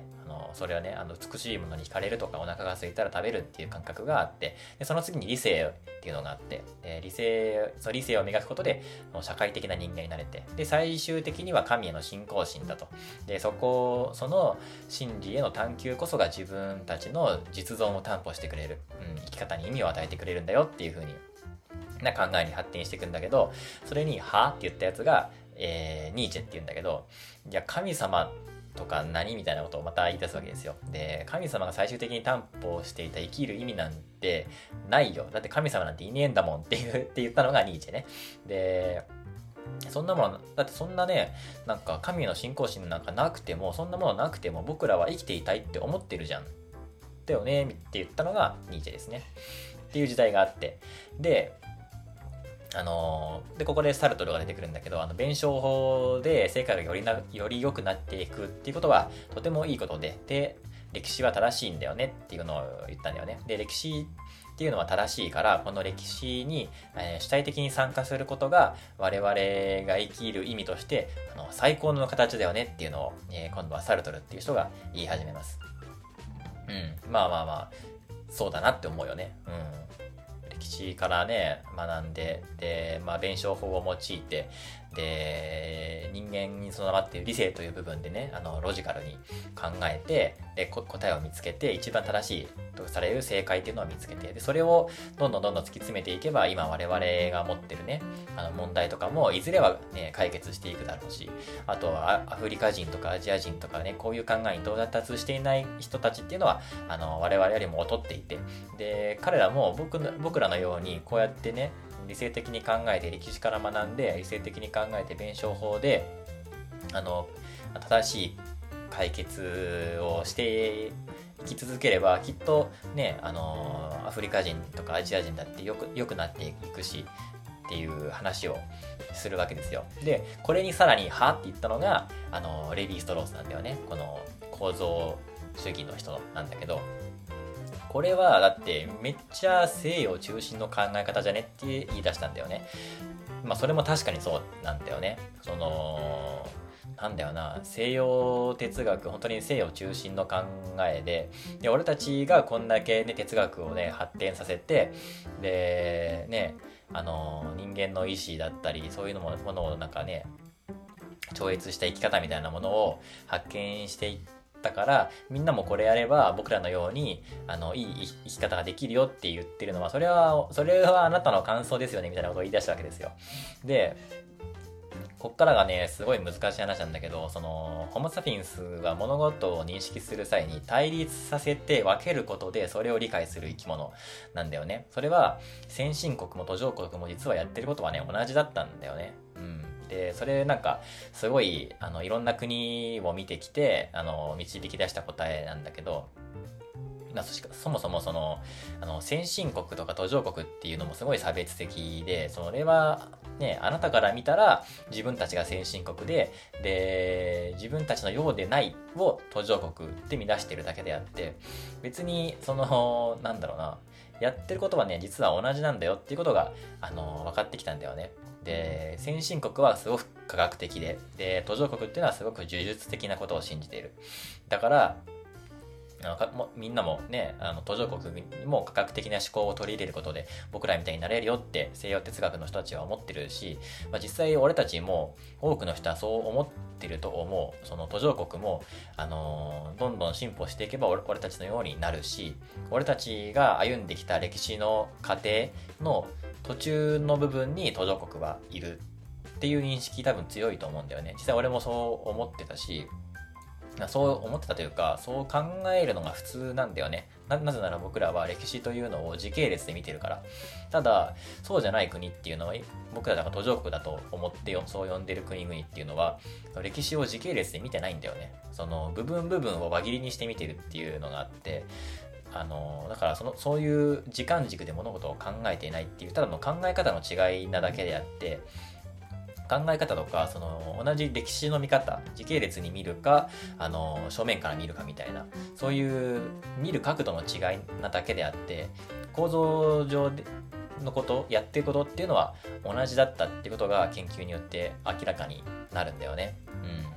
のそれはねあの美しいものに惹かれるとかお腹が空いたら食べるっていう感覚があって、でその次に理性っていうのがあって、で理性その理性を磨くことで社会的な人間になれて、で最終的には神への信仰心だと。でそこその真理への探求こそが自分たちの実存を担保してくれる、うん、生き方に意味を与えてくれるんだよっていう風にな考えに発展していくんだけど、それにはって言ったやつが、えー、ニーチェって言うんだけど、いや神様とか何みたいなことをまた言い出すわけですよ。で神様が最終的に担保していた生きる意味なんてないよ、だって神様なんていねえんだもんっていうって言ったのがニーチェね。でそんなものだってそんなねなんか神の信仰心なんかなくてもそんなものなくても僕らは生きていたいって思ってるじゃんだよねって言ったのがニーチェですねっていう時代があって、であのー、でここでサルトルが出てくるんだけど、あの弁証法で世界がよりなより良くなっていくっていうことはとてもいいことで、で歴史は正しいんだよねっていうのを言ったんだよね。で歴史っていうのは正しいから、この歴史に、えー、主体的に参加することが我々が生きる意味としてあの最高の形だよねっていうのを、えー、今度はサルトルっていう人が言い始めます。うん、まあまあまあそうだなって思うよね。うん歴史からね学んで、で、まあ、弁証法を用いて、で人間に備わっている理性という部分でねあのロジカルに考えて、で答えを見つけて一番正しいとされる正解っていうのを見つけて、でそれをどんどんどんどん突き詰めていけば今我々が持ってるねあの問題とかもいずれは、ね、解決していくだろうし、あとはアフリカ人とかアジア人とかねこういう考えに到達していない人たちっていうのはあの我々よりも劣っていて、で彼らも 僕, 僕らのようにこうやってね理性的に考えて歴史から学んで理性的に考えて弁証法であの正しい解決をして生き続ければきっとねあのアフリカ人とかアジア人だってよく良くなっていくしっていう話をするわけですよ。でこれにさらにはって言ったのがあのレヴィ・ストロースなんだよね。この構造主義の人なんだけど、これはだってめっちゃ西洋中心の考え方じゃねって言い出したんだよね。まあそれも確かにそうなんだよね。そのなんだよな西洋哲学本当に西洋中心の考えで、で俺たちがこんだけね哲学をね発展させて、でねあの人間の意志だったりそういうのもものをなんかね超越した生き方みたいなものを発見していってだからみんなもこれやれば僕らのようにあのいい生き方ができるよって言ってるのはそれはそれはあなたの感想ですよねみたいなことを言い出したわけですよ。でこっからがねすごい難しい話なんだけど、そのホモ・サピエンスは物事を認識する際に対立させて分けることでそれを理解する生き物なんだよね。それは先進国も途上国も実はやってることはね同じだったんだよね。うんでそれなんかすごいあのいろんな国を見てきてあの導き出した答えなんだけど、まあ、そもそもそのあの先進国とか途上国っていうのもすごい差別的で、それはねあなたから見たら自分たちが先進国でで自分たちのようでないを途上国って見出してるだけであって、別にそのなんだろうなやってることはね実は同じなんだよっていうことがあの分かってきたんだよね。で先進国はすごく科学的で、で途上国っていうのはすごく呪術的なことを信じている。だからあのかもみんなもねあの途上国にも科学的な思考を取り入れることで僕らみたいになれるよって西洋哲学の人たちは思ってるし、まあ、実際俺たちも多くの人はそう思ってると思う。その途上国も、あのー、どんどん進歩していけば 俺, 俺たちのようになるし、俺たちが歩んできた歴史の過程の途中の部分に途上国はいるっていう認識多分強いと思うんだよね。実際俺もそう思ってたし、そう思ってたというかそう考えるのが普通なんだよね。 な, なぜなら僕らは歴史というのを時系列で見てるから。ただそうじゃない国っていうのは僕らだから途上国だと思ってよそう呼んでる国々っていうのは歴史を時系列で見てないんだよね。その部分部分を輪切りにして見てるっていうのがあって、あのだからそのそういう時間軸で物事を考えていないっていうただの考え方の違いなだけであって、考え方とかその同じ歴史の見方時系列に見るかあの正面から見るかみたいなそういう見る角度の違いなだけであって、構造上のことやってることっていうのは同じだったっていうことが研究によって明らかになるんだよね。うん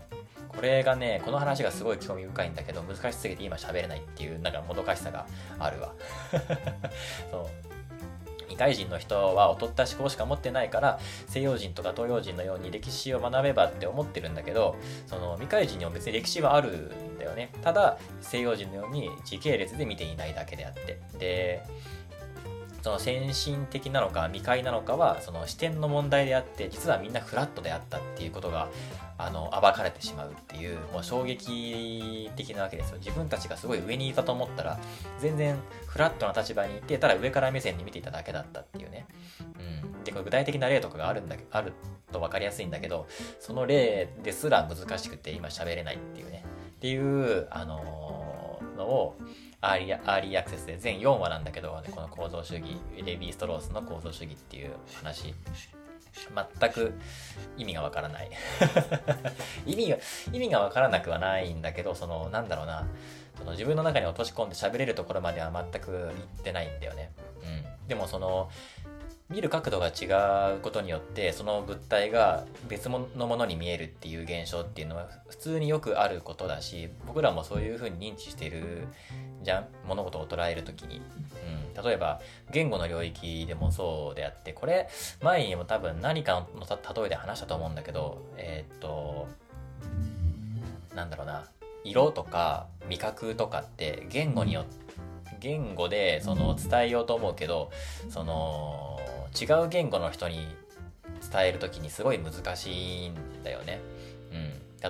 これがね、この話がすごい興味深いんだけど難しすぎて今喋れないっていうなんかもどかしさがあるわそう未開人の人は劣った思考しか持ってないから西洋人とか東洋人のように歴史を学べばって思ってるんだけど、その未開人にも別に歴史はあるんだよね。ただ西洋人のように時系列で見ていないだけであって、でその先進的なのか未開なのかはその視点の問題であって、実はみんなフラットであったっていうことがあの暴かれてしまうっていう、もう衝撃的なわけですよ。自分たちがすごい上にいたと思ったら全然フラットな立場にいて、ただ上から目線に見ていただけだったっていうね。うん、でこれ具体的な例とかがあるんだあると分かりやすいんだけど、その例ですら難しくて今喋れないっていうねっていうあのー、のをアーリー、アーリーアクセスで全よんわなんだけど、この構造主義、レヴィ・ストロースの構造主義っていう話、全く意味がわからない意味が意味がわからなくはないんだけど、そのなんだろうな、その自分の中に落とし込んで喋れるところまでは全くいってないんだよね。うん、でもその見る角度が違うことによってその物体が別のものに見えるっていう現象っていうのは普通によくあることだし、僕らもそういうふうに認知しているじゃん、物事を捉えるときに、うん、例えば言語の領域でもそうであって、これ前にも多分何かの例えで話したと思うんだけど、えー、っとなんだろうな、色とか味覚とかって言語によって言語でその伝えようと思うけど、その違う言語の人に伝えるときにすごい難しいんだよね。うん、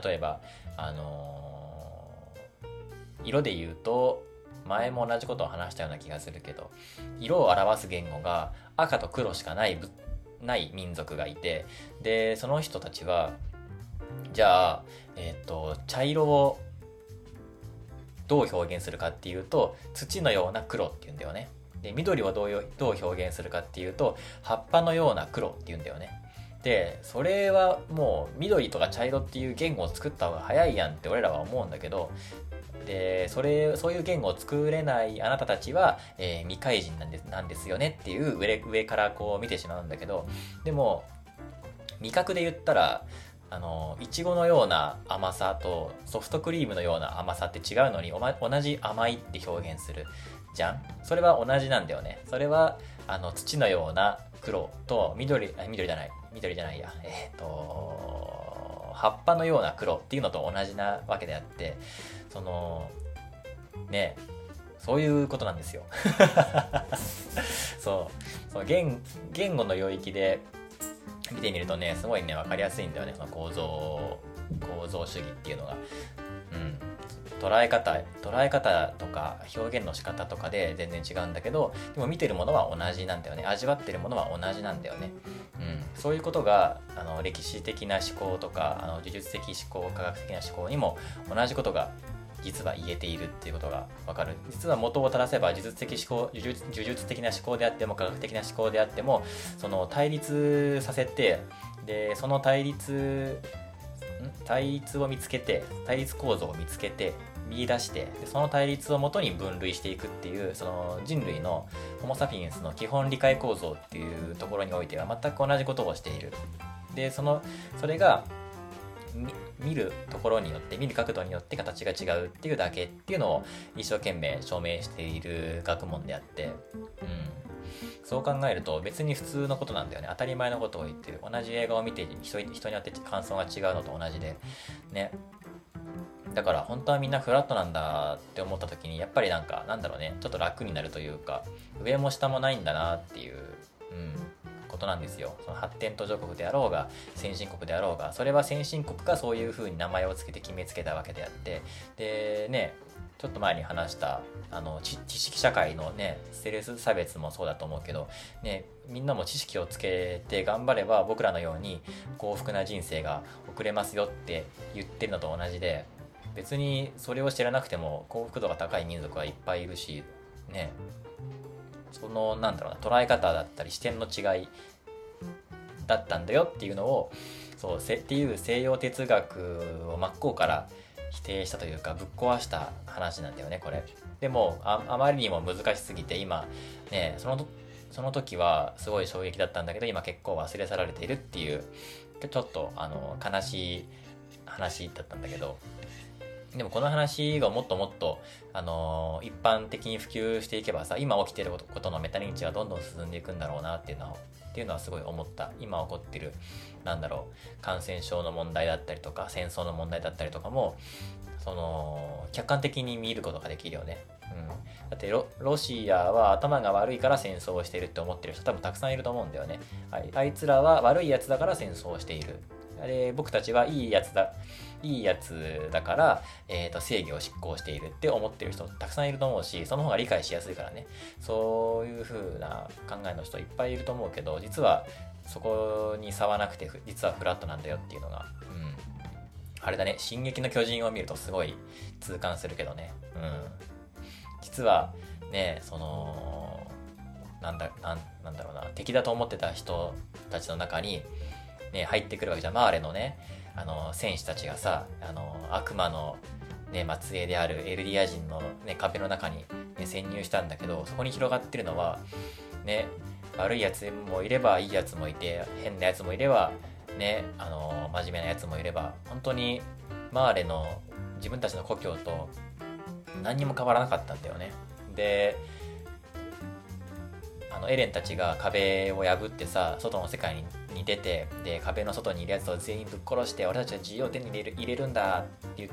例えばあのー、色で言うと前も同じことを話したような気がするけど、色を表す言語が赤と黒しかないない民族がいて、でその人たちはじゃあえっと茶色をどう表現するかっていうと土のような黒っていうんだよね。で緑をどうどう表現するかっていうと葉っぱのような黒っていうんだよね。でそれはもう緑とか茶色っていう言語を作った方が早いやんって俺らは思うんだけど、でそれそういう言語を作れないあなたたちは、えー、未開人なんですなんですよねっていう上上からこう見てしまうんだけど、でも味覚で言ったらあのいちごのような甘さとソフトクリームのような甘さって違うのにお、ま、同じ甘いって表現するじゃん。それは同じなんだよね。それはあの土のような黒と緑あ緑じゃない緑じゃないやえっ、ー、と葉っぱのような黒っていうのと同じなわけであって、そのねそういうことなんですよそうそう 言, 言語の領域で見てみるとね、すごいね分かりやすいんだよね、その構造構造主義っていうのが。うん、捉え方捉え方とか表現の仕方とかで全然違うんだけど、でも見てるものは同じなんだよね。味わってるものは同じなんだよね。うん、そういうことがあの歴史的な思考とかあの呪術的思考科学的な思考にも同じことが実は言えているっていうことが分かる。実は元を正せば呪術的思考呪術、呪術的な思考であっても科学的な思考であっても、その対立させて、でその対立対立を見つけて対立構造を見つけて見出して、でその対立をもとに分類していくっていう、その人類のホモ・サピエンスの基本理解構造っていうところにおいては全く同じことをしている。でそのそれが見るところによって見る角度によって形が違うっていうだけっていうのを一生懸命証明している学問であって、うん、そう考えると別に普通のことなんだよね。当たり前のことを言ってる。同じ映画を見て 人, 人によって感想が違うのと同じでね。だから本当はみんなフラットなんだって思った時にやっぱりなんかなんだろうね、ちょっと楽になるというか、上も下もないんだなっていう、うんことなんですよ。その発展途上国であろうが先進国であろうが、それは先進国がそういう風に名前をつけて決めつけたわけであって、でねちょっと前に話したあの 知, 知識社会のねステルス差別もそうだと思うけどね、みんなも知識をつけて頑張れば僕らのように幸福な人生が送れますよって言ってるのと同じで、別にそれを知らなくても幸福度が高い民族はいっぱいいるしね、そのなんだろうな捉え方だったり視点の違いだったんだよっていうのをそうせっていう西洋哲学を真っ向から否定したというかぶっ壊した話なんだよねこれ。でも あ, あまりにも難しすぎて今ねそのその時はすごい衝撃だったんだけど今結構忘れ去られているっていうちょっとあの悲しい話だったんだけど、でもこの話がもっともっと、あのー、一般的に普及していけばさ、今起きていることのメタ認知がどんどん進んでいくんだろうなっていうのはっていうのはすごい思った。今起こってるなんだろう感染症の問題だったりとか戦争の問題だったりとかも、その客観的に見ることができるよね。うん、だってロロシアは頭が悪いから戦争をしているって思ってる人多分たくさんいると思うんだよね。あい、あいつらは悪いやつだから戦争をしている。で僕たちはいいやつだいいやつだから、えーと、正義を執行しているって思ってる人たくさんいると思うし、その方が理解しやすいからね。そういう風な考えの人いっぱいいると思うけど、実はそこに差はなくて実はフラットなんだよっていうのが、うん、あれだね。進撃の巨人を見るとすごい痛感するけどね。うん、実はね、そのなんだなんなんだろうな敵だと思ってた人たちの中にね、入ってくるわけじゃん。マーレのね、あの戦士たちがさ、あの悪魔の、ね、末裔であるエルディア人の、ね、壁の中に、ね、潜入したんだけど、そこに広がってるのは、ね、悪いやつもいればいいやつもいて、変なやつもいれば、ね、あの真面目なやつもいれば、本当にマーレの自分たちの故郷と何にも変わらなかったんだよね。で、あのエレンたちが壁を破ってさ、外の世界にに出て、で壁の外にいるやつを全員ぶっ殺して俺たちは自由を手に入れる、入れるんだって言って、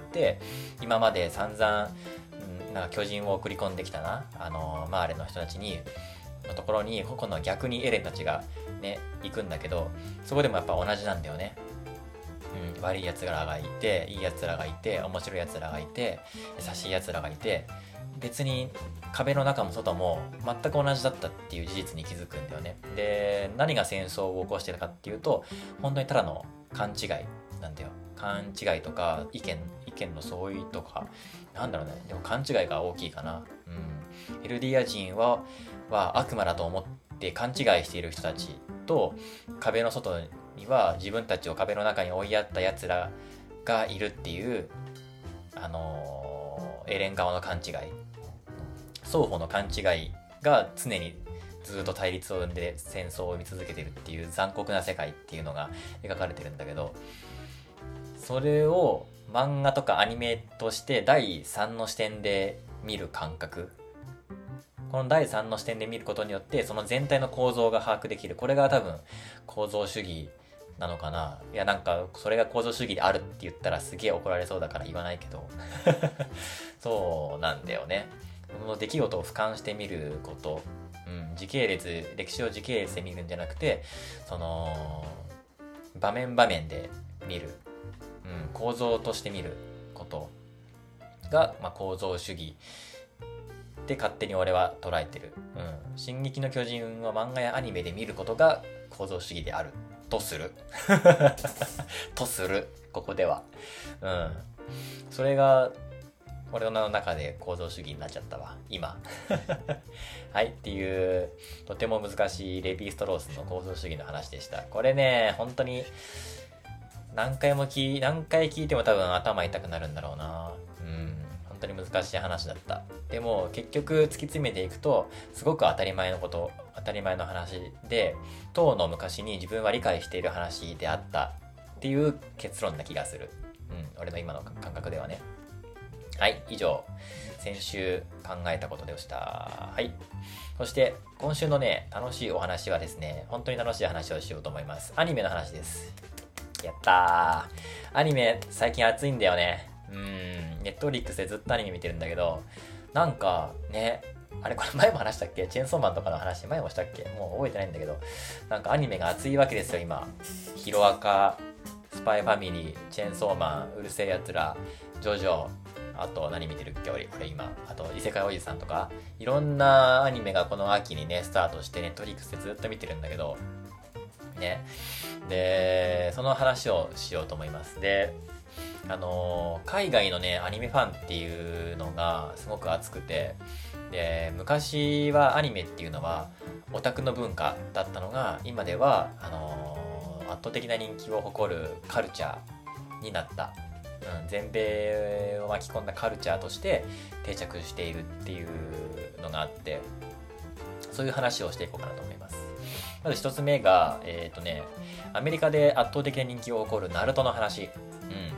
今まで散々、うん、なんか巨人を送り込んできたな、あのマーレの人たちにのところに今度は逆にエレンたちがね行くんだけど、そこでもやっぱ同じなんだよね。うん、悪いやつらがいて、いいやつらがいて、面白いやつらがいて、優しいやつらがいて、別に壁の中も外も全く同じだったっていう事実に気づくんだよね。で、何が戦争を起こしてるかっていうと、本当にただの勘違いなんだよ。勘違いとか意見意見の相違とか、なんだろうね。でも勘違いが大きいかな。うん。エルディア人はは悪魔だと思って勘違いしている人たちと、壁の外には自分たちを壁の中に追いやったやつらがいるっていう、あのー、エレン側の勘違い。双方の勘違いが常にずっと対立を生んで戦争を生み続けてるっていう残酷な世界っていうのが描かれてるんだけど、それを漫画とかアニメとしてだいさんの視点で見る感覚、このだいさんの視点で見ることによってその全体の構造が把握できる。これが多分構造主義なのかな。いや、なんかそれが構造主義であるって言ったらすげえ怒られそうだから言わないけどそうなんだよね。この出来事を俯瞰して見ること、うん、時系列、歴史を時系列で見るんじゃなくて、その場面場面で見る、うん、構造として見ることが、まあ、構造主義で勝手に俺は捉えてる。うん、進撃の巨人を漫画やアニメで見ることが構造主義であるとするとするここでは、うん、それが俺の中で構造主義になっちゃったわ今はいっていうとても難しいレヴィ・ストロースの構造主義の話でした。これね本当に何回も聞何回聞いても多分頭痛くなるんだろうな。うん本当に難しい話だった。でも結局突き詰めていくとすごく当たり前のこと当たり前の話で、当の昔に自分は理解している話であったっていう結論な気がする。うん俺の今の感覚ではね。はい、以上、先週考えたことでした。はい。そして、今週のね、楽しいお話はですね、本当に楽しい話をしようと思います。アニメの話です。やったー。アニメ、最近熱いんだよね。うーん、ネットフリックスでずっとアニメ見てるんだけど、なんかね、あれこれ前も話したっけ？チェーンソーマンとかの話前もしたっけ？もう覚えてないんだけど、なんかアニメが熱いわけですよ、今。ヒロアカ、スパイファミリー、チェーンソーマン、うるせえやつら、ジョジョ、あと何見てるっけ俺これ今あと異世界おじさんとかいろんなアニメがこの秋にねスタートしてネットフリックスでずっと見てるんだけどね。でその話をしようと思います。であのー、海外のねアニメファンっていうのがすごく熱くて、で昔はアニメっていうのはオタクの文化だったのが今ではあのー、圧倒的な人気を誇るカルチャーになった。うん、全米を巻き込んだカルチャーとして定着しているっていうのがあって、そういう話をしていこうかなと思います。まず一つ目が、えっとね、アメリカで圧倒的な人気を誇るナルトの話。うん、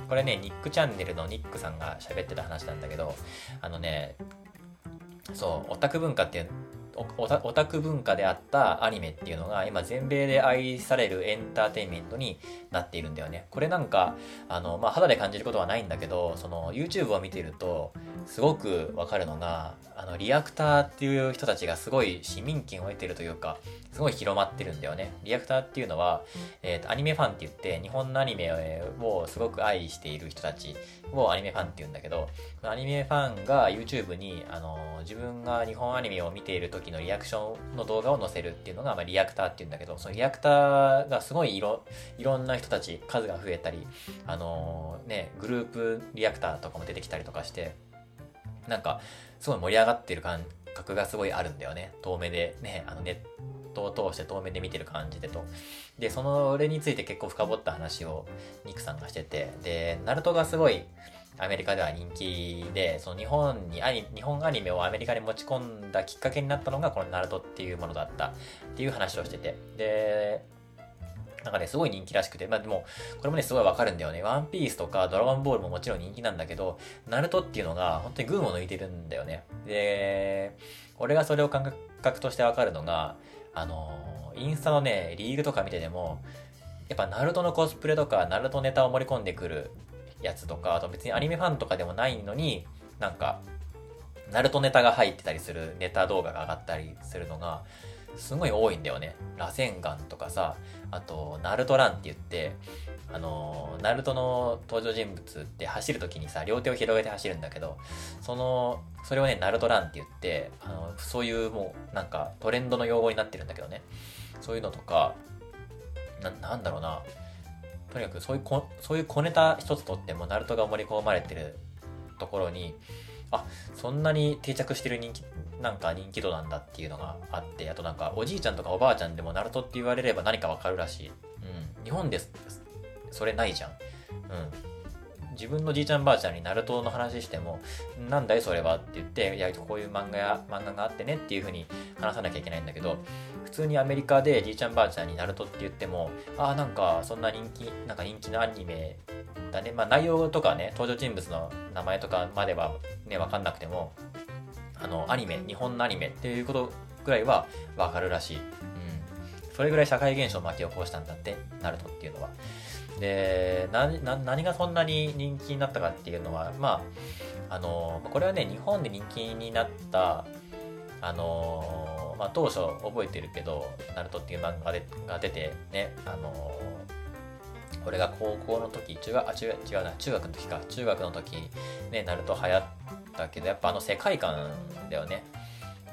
これね、ニックチャンネルのニックさんが喋ってた話なんだけど、あのね、そう、オタク文化っていう、オタ、オタク文化であったアニメっていうのが今全米で愛されるエンターテインメントになっているんだよね。これなんか、あの、まあ、肌で感じることはないんだけど、その YouTube を見ていると、すごくわかるのが、あの、リアクターっていう人たちがすごい市民権を得ているというか、すごい広まってるんだよね。リアクターっていうのは、えーと、アニメファンって言って、日本のアニメをすごく愛している人たちをアニメファンって言うんだけど、アニメファンが YouTube に、あの、自分が日本アニメを見ている時のリアクションの動画を載せるっていうのが、まあ、リアクターって言うんだけど、そのリアクターがすごいいろ、いろんな人たち、数が増えたり、あのー、ね、グループリアクターとかも出てきたりとかして、なんか、すごい盛り上がってる感覚がすごいあるんだよね。遠目でね、あのネットを通して遠目で見てる感じでと。で、そのれについて結構深掘った話をニックさんがしてて、で、ナルトがすごいアメリカでは人気で、その日本にアニ、日本アニメをアメリカに持ち込んだきっかけになったのがこのナルトっていうものだったっていう話をしてて、で、なんかね、すごい人気らしくて、まあでも、これもね、すごいわかるんだよね。ワンピースとかドラゴンボールももちろん人気なんだけど、ナルトっていうのが本当に群を抜いてるんだよね。で、俺がそれを感覚としてわかるのが、あの、インスタのね、リールとか見てても、やっぱナルトのコスプレとか、ナルトネタを盛り込んでくるやつとか、あと別にアニメファンとかでもないのに、なんか、ナルトネタが入ってたりするネタ動画が上がったりするのが、すごい多いんだよね。螺旋丸とかさ、あと、ナルトランって言って、あの、ナルトの登場人物って走るときにさ、両手を広げて走るんだけど、その、それをね、ナルトランって言って、あの、そういうもう、なんかトレンドの用語になってるんだけどね。そういうのとか、な、なんだろうな。とにかくそういうこ、そういう小ネタ一つとっても、ナルトが盛り込まれてるところに、あ、そんなに定着してる人気、なんか人気度なんだっていうのがあって、あとなんかおじいちゃんとかおばあちゃんでもナルトって言われれば何かわかるらしい。うん。日本です。それないじゃん。うん。自分のじいちゃんばあちゃんにナルトの話しても、なんだいそれはって言って、いや、こういう漫画や、漫画があってねっていう風に話さなきゃいけないんだけど、普通にアメリカでじいちゃんばあちゃんにナルトって言っても、ああ、なんかそんな人気、なんか人気のアニメだね。まあ内容とかね、登場人物の名前とかまではね、わかんなくても、あの、アニメ、日本のアニメっていうことぐらいはわかるらしい。うん。それぐらい社会現象を巻き起こしたんだって、ナルトっていうのは。で、な、な、何がそんなに人気になったかっていうのは、まあ、あの、これはね、日本で人気になった、あの、まあ、当初覚えてるけど、ナルトっていう漫画でが出てね、あの、俺が高校の時、中学、あ、違う、違うな、中学の時か、中学の時、ね、ナルト流行ったけど、やっぱあの世界観だよね。うん。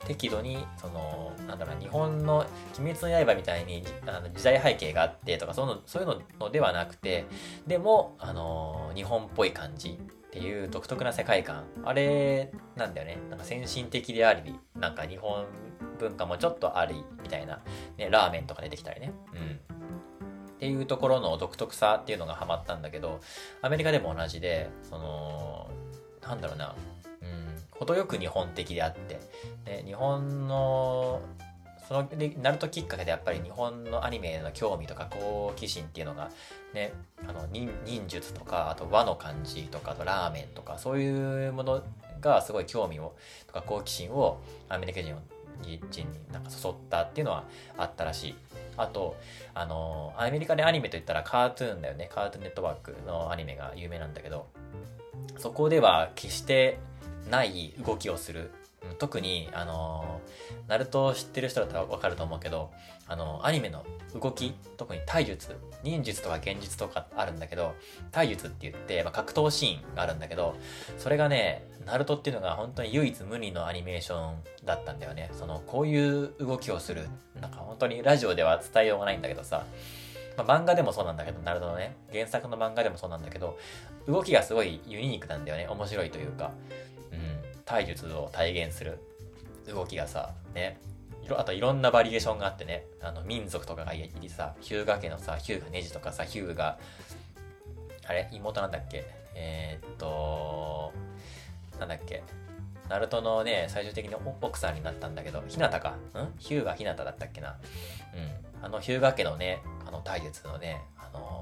適度に、その、なんだろうな、日本の鬼滅の刃みたいにあの時代背景があってとか、そういうの、そういうのではなくて、でも、あの、日本っぽい感じっていう独特な世界観。あれ、なんだよね。なんか先進的であり、なんか日本文化もちょっとあり、みたいな。ね、ラーメンとか出てきたりね。うん。っていうところの独特さっていうのがハマったんだけど、アメリカでも同じで、その、なんだろうな、うん、程よく日本的であって、ね、日本の、その、ナルトきっかけでやっぱり日本のアニメへの興味とか好奇心っていうのが、ね、あの、忍忍術とか、あと和の感じとか、あとラーメンとか、そういうものがすごい興味を、とか好奇心をアメリカ人になんか誘ったっていうのはあったらしい。あと、あの、アメリカでアニメといったらカートゥーンだよね。カートゥーンネットワークのアニメが有名なんだけど、そこでは決してない動きをする。特に、あの、ナルトを知ってる人だったらわかると思うけど、あの、アニメの動き、特に体術、忍術とか幻術とかあるんだけど、体術って言って、まあ、格闘シーンがあるんだけど、それがね、ナルトっていうのが本当に唯一無二のアニメーションだったんだよね。その、こういう動きをする。なんか本当にラジオでは伝えようがないんだけどさ、まあ、漫画でもそうなんだけど、ナルトのね、原作の漫画でもそうなんだけど、動きがすごいユニークなんだよね。面白いというか、うん、体術を体現する動きがさ、ね、あといろんなバリエーションがあってね、あの民族とかがいてさ、ヒュウガ家のさ、ヒュウガネジとかさ、ヒュウガ、あれ妹なんだっけえー、っと、なんだっけナルトのね、最終的に奥さんになったんだけど、ヒナタかんヒュウガヒナタだったっけなうん。あの、ヒュウガ家のね、あの、体術のね、あの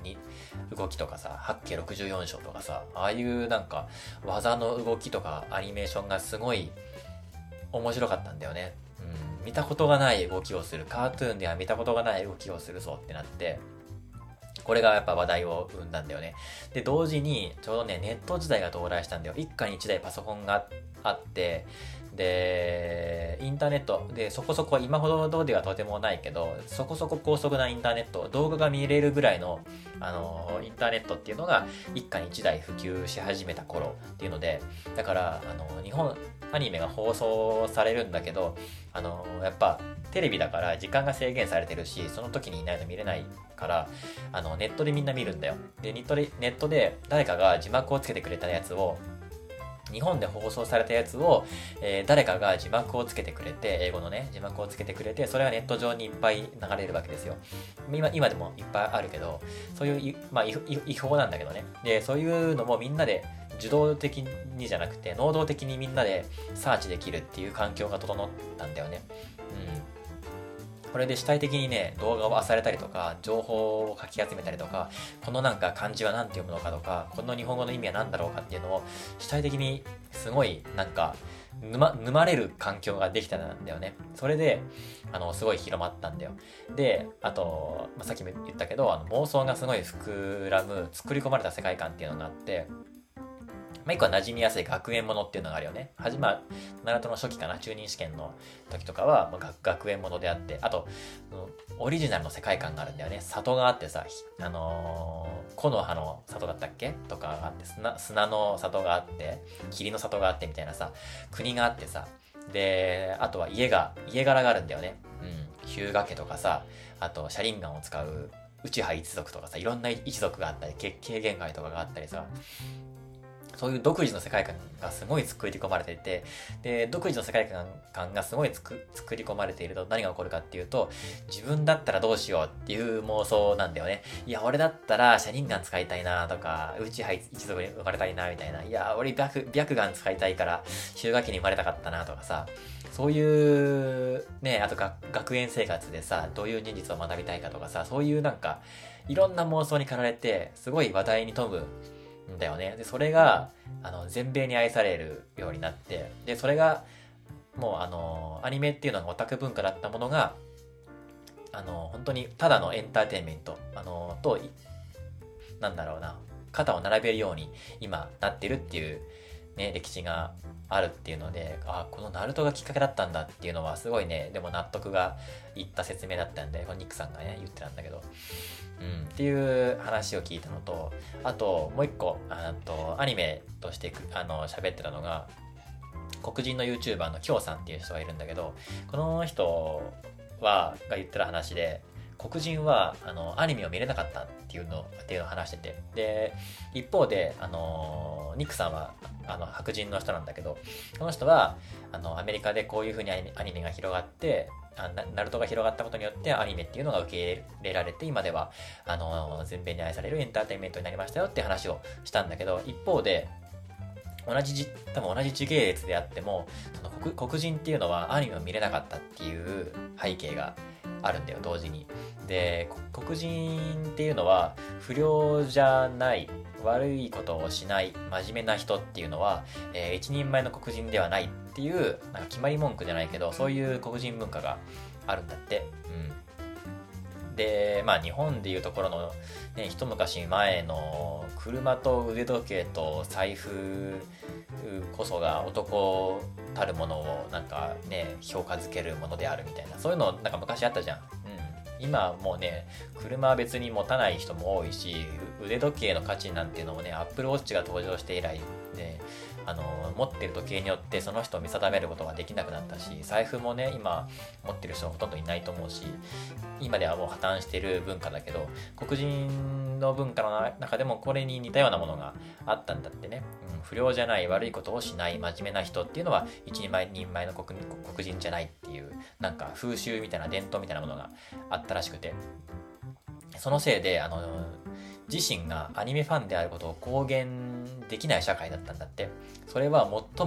に動きとかさ はちケーろくじゅうよん 章とかさ、ああいうなんか技の動きとかアニメーションがすごい面白かったんだよね。うん、見たことがない動きをする、カートゥーンでは見たことがない動きをするぞってなって、これがやっぱ話題を生んだんだよね。で、同時にちょうどね、ネット時代が到来したんだよ。一家に一台パソコンがあって、で、インターネットでそこそこ今ほどではとてもないけど、そこそこ高速なインターネット、動画が見れるぐらいのあのインターネットっていうのが一家に一台普及し始めた頃っていうので、だからあの日本アニメが放送されるんだけど、あのやっぱテレビだから時間が制限されてるし、その時にいないと見れないから、あのネットでみんな見るんだよ。で、ネットでネットで誰かが字幕をつけてくれたやつを、日本で放送されたやつを、えー、誰かが字幕をつけてくれて、英語のね字幕をつけてくれて、それがネット上にいっぱい流れるわけですよ。今今でもいっぱいあるけど、そういうまあ違法なんだけどね。で、そういうのもみんなで受動的にじゃなくて能動的にみんなでサーチできるっていう環境が整ったんだよね。うん。これで主体的にね、動画を漁れたりとか、情報をかき集めたりとか、このなんか漢字は何て読むのかとか、この日本語の意味は何だろうかっていうのを主体的にすごいなんか沼、沼れる環境ができたんだよね。それで、あの、すごい広まったんだよ。で、あと、まあ、さっきも言ったけど、あの妄想がすごい膨らむ、作り込まれた世界観っていうのがあって、まあ、一個は馴染みやすい学園ものっていうのがあるよね。はじまあ、ナルトの初期かな、中任試験の時とかは、まあ、学園ものであって、あと、オリジナルの世界観があるんだよね。里があってさ、あのー、木の葉の里だったっけとかがあって、砂、砂の里があって、霧の里があってみたいなさ、国があってさ、で、あとは家が、家柄があるんだよね。うん。日向家とかさ、あと、車輪岩を使う内派一族とかさ、いろんな一族があったり、軽減会とかがあったりさ、そういう独自の世界観がすごい作り込まれていて、で、独自の世界観がすごいつく作り込まれていると何が起こるかっていうと、自分だったらどうしようっていう妄想なんだよね。いや、俺だったら車輪ガン使いたいなとか、宇宙杯一族に生まれたいなみたいな。いや、俺白、白ガン使いたいから日向家に生まれたかったなとかさ、そういう、ね、あとが学園生活でさ、どういう忍術を学びたいかとかさ、そういうなんか、いろんな妄想に駆られて、すごい話題に富むんだよね。で、それが、あの、全米に愛されるようになって、で、それが、もう、あの、アニメっていうのがオタク文化だったものが、あの、本当にただのエンターテインメント、あの、と、なんだろうな、肩を並べるように今なってるっていう、ね、歴史があるっていうので、あ、このナルトがきっかけだったんだっていうのはすごいね、でも納得がいった説明だったんで、ニックさんがね、言ってたんだけど、うん、っていう話を聞いたのと、あともう一個、あとアニメとしてあの喋ってたのが、黒人の YouTuber のキョウさんっていう人がいるんだけど、この人はが言ってる話で、黒人はあのアニメを見れなかったっていうのっていうのを話してて、で一方であのニックさんはあの白人の人なんだけど、この人はあのアメリカでこういう風にアニメが広がって、あナルトが広がったことによってアニメっていうのが受け入れられて、今ではあの全米に愛されるエンターテインメントになりましたよって話をしたんだけど、一方で同じ多分同じ時系列であっても、その 黒, 黒人っていうのはアニメを見れなかったっていう背景があるんだよ、同時に。で、黒人っていうのは不良じゃない、悪いことをしない、真面目な人っていうのは、えー、一人前の黒人ではないっていう、なんか決まり文句じゃないけど、そういう黒人文化があるんだって。うん。で、まあ日本でいうところの、ね、一昔前の車と腕時計と財布こそが男たるものをなんかね、評価づけるものであるみたいな、そういうのなんか昔あったじゃん。今もうね、車は別に持たない人も多いし、腕時計の価値なんていうのもね、アップルウォッチが登場して以来で、あの持ってる時計によってその人を見定めることができなくなったし、財布もね、今持ってる人はほとんどいないと思うし、今ではもう破綻してる文化だけど、黒人の文化の中でもこれに似たようなものがあったんだってね。うん、不良じゃない、悪いことをしない、真面目な人っていうのは一人前人前の 黒, 黒人じゃないっていう、なんか風習みたいな伝統みたいなものがあったらしくて、そのせいであの自身がアニメファンであることを公言できない社会だったんだって。それは最も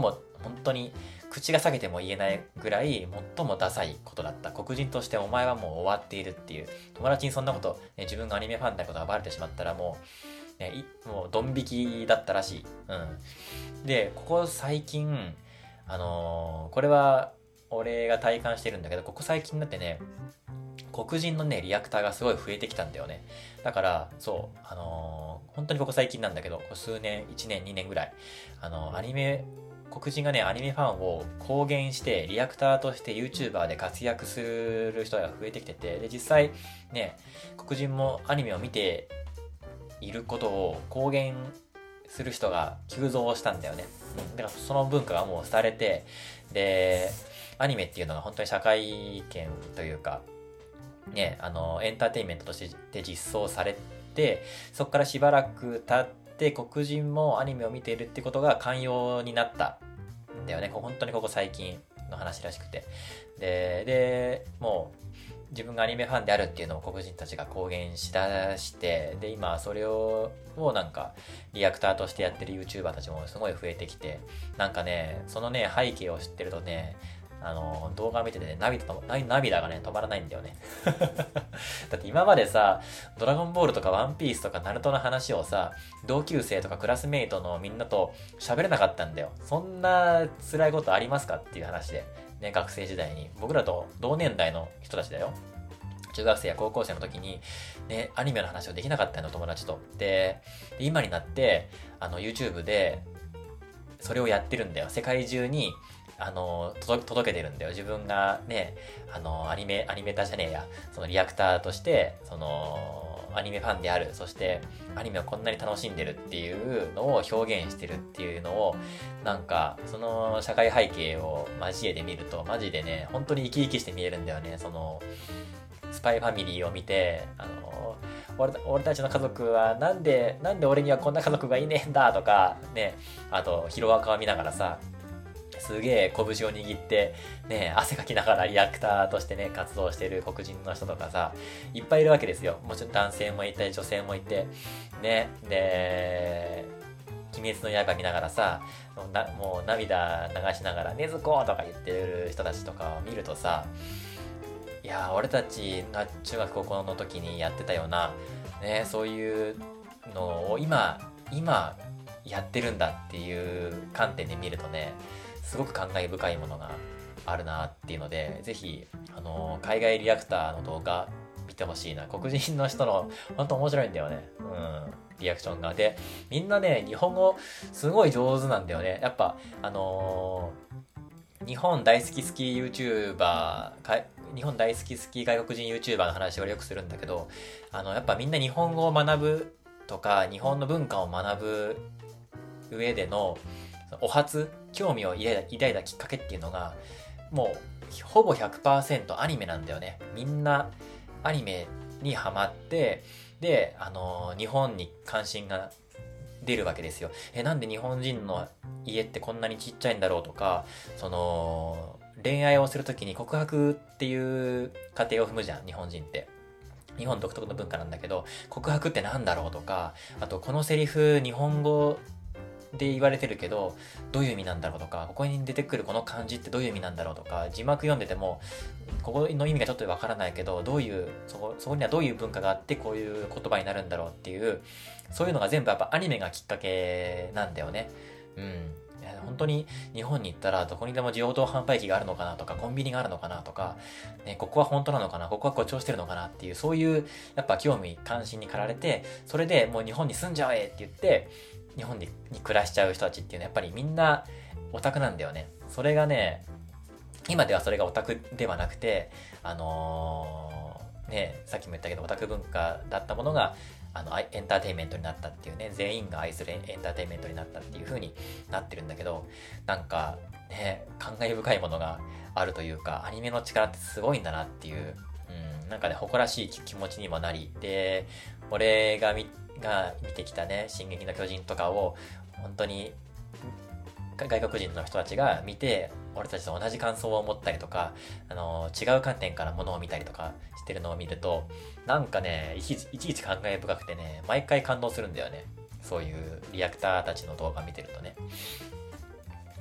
本当に口が裂けても言えないぐらい最もダサいことだった。黒人としてお前はもう終わっているっていう。友達にそんなこと、ね、自分がアニメファンだことがバレてしまったらもう、ね、いもうドン引きだったらしい。うん。で、ここ最近、あのーこれは俺が体感してるんだけど、ここ最近になってね、黒人のね、リアクターがすごい増えてきたんだよね。だから、そう、あのー本当にここ最近なんだけど、ここ数年、いちねん、にねんぐらい、あのーアニメ、黒人がね、アニメファンを公言して、リアクターとして YouTuber で活躍する人が増えてきてて、で、実際、ね、黒人もアニメを見ていることを公言する人が急増したんだよね。だからその文化がもう廃れて、で、アニメっていうのが本当に社会圏というか、ね、あの、エンターテインメントとして実装されて、そこからしばらく経って黒人もアニメを見ているってことが寛容になったんだよね。本当にここ最近の話らしくて。で、で、もう、自分がアニメファンであるっていうのを黒人たちが公言しだして、で、今それを、をなんか、リアクターとしてやってる YouTuber たちもすごい増えてきて、なんかね、そのね、背景を知ってるとね、あの、動画を見ててね、涙と、涙がね、止まらないんだよね。だって今までさ、ドラゴンボールとかワンピースとかナルトの話をさ、同級生とかクラスメイトのみんなと喋れなかったんだよ。そんな辛いことありますかっていう話で。ね、学生時代に。僕らと同年代の人たちだよ。中学生や高校生の時に、ね、アニメの話をできなかったの、友達と。で、今になって、あの、YouTube で、それをやってるんだよ。世界中に、あの、届、届けてるんだよ。自分がね、あの、アニメ、アニメーターじゃねえや、そのリアクターとして、その、アニメファンである、そしてアニメをこんなに楽しんでるっていうのを表現してるっていうのを、なんか、その社会背景を交えてみると、マジでね、本当に生き生きして見えるんだよね。その、スパイファミリーを見て、あの、俺, 俺たちの家族はなんで、なんで俺にはこんな家族がいねえんだとか、ね、あと、ヒロアカを見ながらさ、すげえ拳を握って、ね、汗かきながらリアクターとしてね、活動している黒人の人とかさ、いっぱいいるわけですよ。もちろん男性もいて、女性もいて、ね、で、鬼滅の刃見ながらさ、なもう涙流しながら、ねずこーとか言ってる人たちとかを見るとさ、いやー、俺たちが中学高校の時にやってたような、ね、そういうのを今、今やってるんだっていう観点で見るとね、すごく感慨深いものがあるなっていうので、ぜひ、あのー、海外リアクターの動画見てほしいな。黒人の人の、ほんと面白いんだよね。うん。リアクションが。で、みんなね、日本語すごい上手なんだよね。やっぱ、あのー、日本大好き好き YouTuber、日本大好き好き外国人 YouTuber の話をよくするんだけど、あの、やっぱみんな日本語を学ぶとか、日本の文化を学ぶ上での、お初、興味を抱いたきっかけっていうのが、もう、ほぼ ひゃくパーセント アニメなんだよね。みんな、アニメにハマって、で、あのー、日本に関心が出るわけですよ。え、なんで日本人の家ってこんなにちっちゃいんだろうとか、その、恋愛をするときに告白っていう過程を踏むじゃん、日本人って。日本独特の文化なんだけど、告白ってなんだろうとか、あとこのセリフ、日本語で言われてるけどどういう意味なんだろうとか、ここに出てくるこの漢字ってどういう意味なんだろうとか、字幕読んでてもここの意味がちょっとわからないけど、どういうそこそこにはどういう文化があってこういう言葉になるんだろうっていう、そういうのが全部やっぱアニメがきっかけなんだよね。うん。本当に日本に行ったらどこにでも自動販売機があるのかなとか、コンビニがあるのかなとか、ね、ここは本当なのかな、ここは誇張してるのかなっていう、そういうやっぱ興味関心に駆られて、それでもう日本に住んじゃえって言って日本に暮らしちゃう人たちっていうのはやっぱりみんなオタクなんだよね。それがね、今ではそれがオタクではなくて、あのー、ね、さっきも言ったけどオタク文化だったものがあのエンターテインメントになったっていうね、全員が愛するエンターテインメントになったっていう風になってるんだけど、なんかね、感慨深いものがあるというか、アニメの力ってすごいんだなっていう、うん、なんかね、誇らしい気持ちにもなり、で、俺が見が見てきたね、進撃の巨人とかを本当に外国人の人たちが見て、俺たちと同じ感想を持ったりとか、あの違う観点からものを見たりとかしてるのを見ると、なんかね、いちいちいちいち感慨深くてね、毎回感動するんだよね。そういうリアクターたちの動画見てるとね。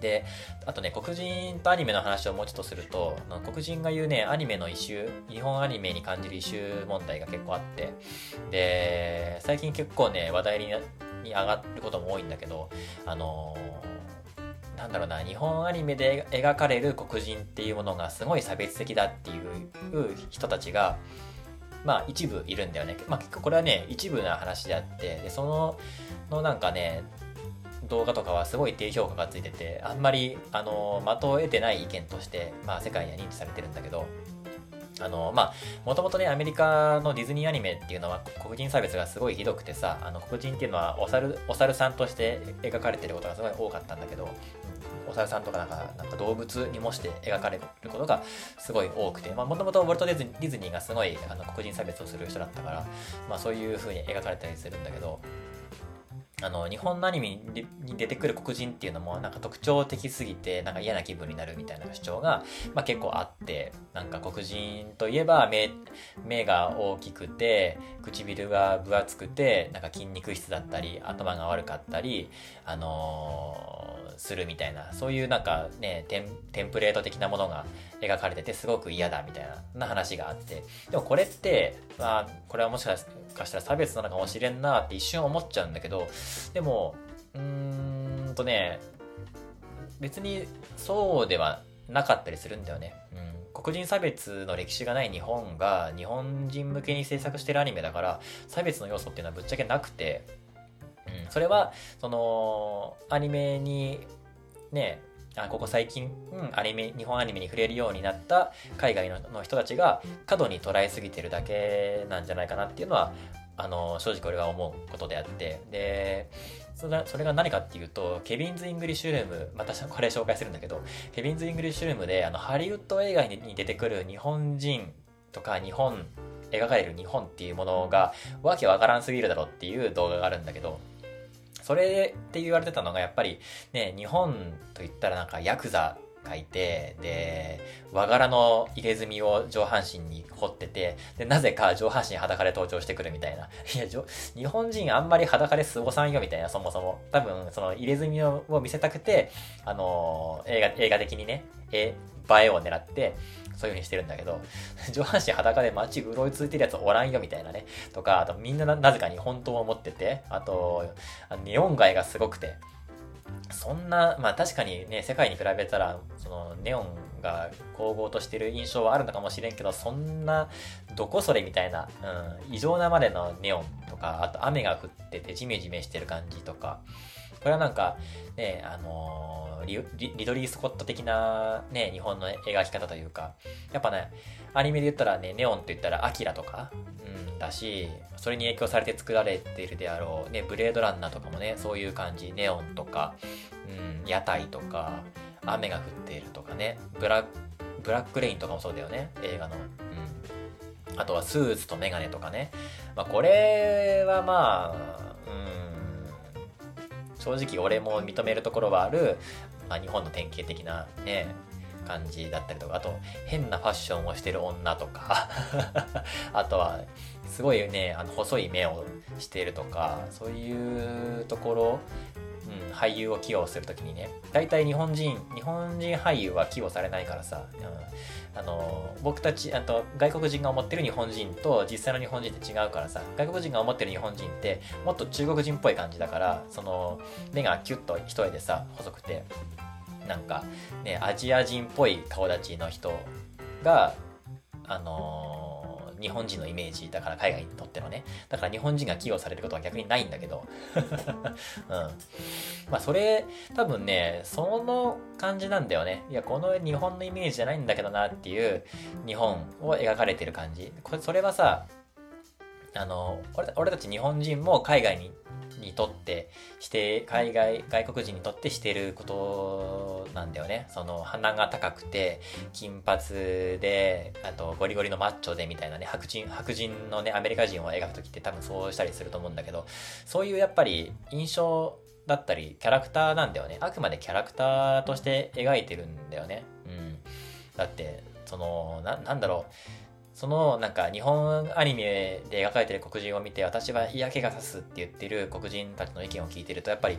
で、あとね、黒人とアニメの話をもうちょっとすると、黒人が言うね、アニメの異臭、日本アニメに感じる異臭問題が結構あって、で、最近結構ね、話題にに上がることも多いんだけど、あのー、なんだろうな、日本アニメで描かれる黒人っていうものがすごい差別的だっていう人たちが、まあ一部いるんだよね。まあ結構これはね、一部な話であって、で、その、のなんかね、動画とかはすごい低評価がついてて、あんまり、あの、的を得てない意見として、まあ世界には認知されてるんだけど、あの、まあ、もともとね、アメリカのディズニーアニメっていうのは黒人差別がすごいひどくてさ、あの、黒人っていうのはお猿、お猿さんとして描かれてることがすごい多かったんだけど、お猿さんとかなんか、なんか動物に模して描かれることがすごい多くて、まあ、もともとウォルト・ディズニーがすごいあの黒人差別をする人だったから、まあ、そういう風に描かれたりするんだけど、あの日本のアニメに出てくる黒人っていうのもなんか特徴的すぎてなんか嫌な気分になるみたいな主張が、まあ、結構あって、なんか黒人といえば 目, 目が大きくて唇が分厚くてなんか筋肉質だったり頭が悪かったり、あのー、するみたいな、そういうなんかねテン、テンプレート的なものが描かれててすごく嫌だみたいな話があって、でもこれって、まあ、これはもしかしたら差別なのかもしれんなって一瞬思っちゃうんだけど、でもうーんとね別にそうではなかったりするんだよね。うん、黒人差別の歴史がない日本が日本人向けに制作してるアニメだから差別の要素っていうのはぶっちゃけなくて、うん、それはそのアニメにねあここ最近、うん、アニメ日本アニメに触れるようになった海外 の, の人たちが過度に捉えすぎてるだけなんじゃないかなっていうのはあの正直俺は思うことであって、でそれそれが何かっていうと、ケビンズ・イングリッシュルーム、またこれ紹介するんだけど、ケビンズ・イングリッシュルームであのハリウッド映画に出てくる日本人とか日本描かれる日本っていうものがわけわからんすぎるだろうっていう動画があるんだけど、それって言われてたのがやっぱりね、日本といったらなんかヤクザがいて、で和柄の入れ墨を上半身に彫ってて、でなぜか上半身裸で登場してくるみたいな、いや日本人あんまり裸で過ごさんよみたいな、そもそも多分その入れ墨を見せたくて、あのー、映画映画的にねえ映えを狙ってそういう風にしてるんだけど、上半身裸で街うろいついてるやつおらんよみたいなね、とか、あとみんな な, なぜか日本刀を持ってて、あとネオン街がすごくて、そんな、まあ確かにね、世界に比べたら、そのネオンが光合としてる印象はあるのかもしれんけど、そんな、どこそれみたいな、うん、異常なまでのネオンとか、あと雨が降っててジメジメしてる感じとか、これはなんか、ね、あのー、リ, リドリー・スコット的なね、日本の描き方というか、やっぱね、アニメで言ったらね、ネオンって言ったらアキラとか、うん、だし、それに影響されて作られているであろう、ね、ブレードランナーとかもね、そういう感じ、ネオンとか、うん、屋台とか、雨が降っているとかね、ブラブラックレインとかもそうだよね、映画の。うん、あとはスーツとメガネとかね。まあ、これはまあ、うん、正直俺も認めるところはある、まあ、日本の典型的なね、感じだったりとか、あと変なファッションをしてる女とかあとはすごいね、あの細い目をしているとか、そういうところ、うん、俳優を起用するときにね、大体日本人日本人俳優は起用されないからさ、うん、あの僕たちあと外国人が思ってる日本人と実際の日本人って違うからさ、外国人が思ってる日本人ってもっと中国人っぽい感じだから、その目がキュッと一重でさ細くて、なんかねアジア人っぽい顔立ちの人があのー日本人のイメージだから、海外にとってのね、だから日本人が起用されることは逆にないんだけどうんまあそれ多分ねその感じなんだよね。いやこの日本のイメージじゃないんだけどなっていう日本を描かれてる感じ、これそれはさ、あの 俺, 俺たち日本人も海外ににとってして海外外国人にとってしてることなんだよね。その鼻が高くて金髪で、あとゴリゴリのマッチョでみたいなね、白人白人のねアメリカ人を描くときって多分そうしたりすると思うんだけど、そういうやっぱり印象だったりキャラクターなんだよね。あくまでキャラクターとして描いてるんだよね。うん。だってその な, なんだろうそのなんか日本アニメで描かれてる黒人を見て私は嫌気がさすって言ってる黒人たちの意見を聞いてると、やっぱり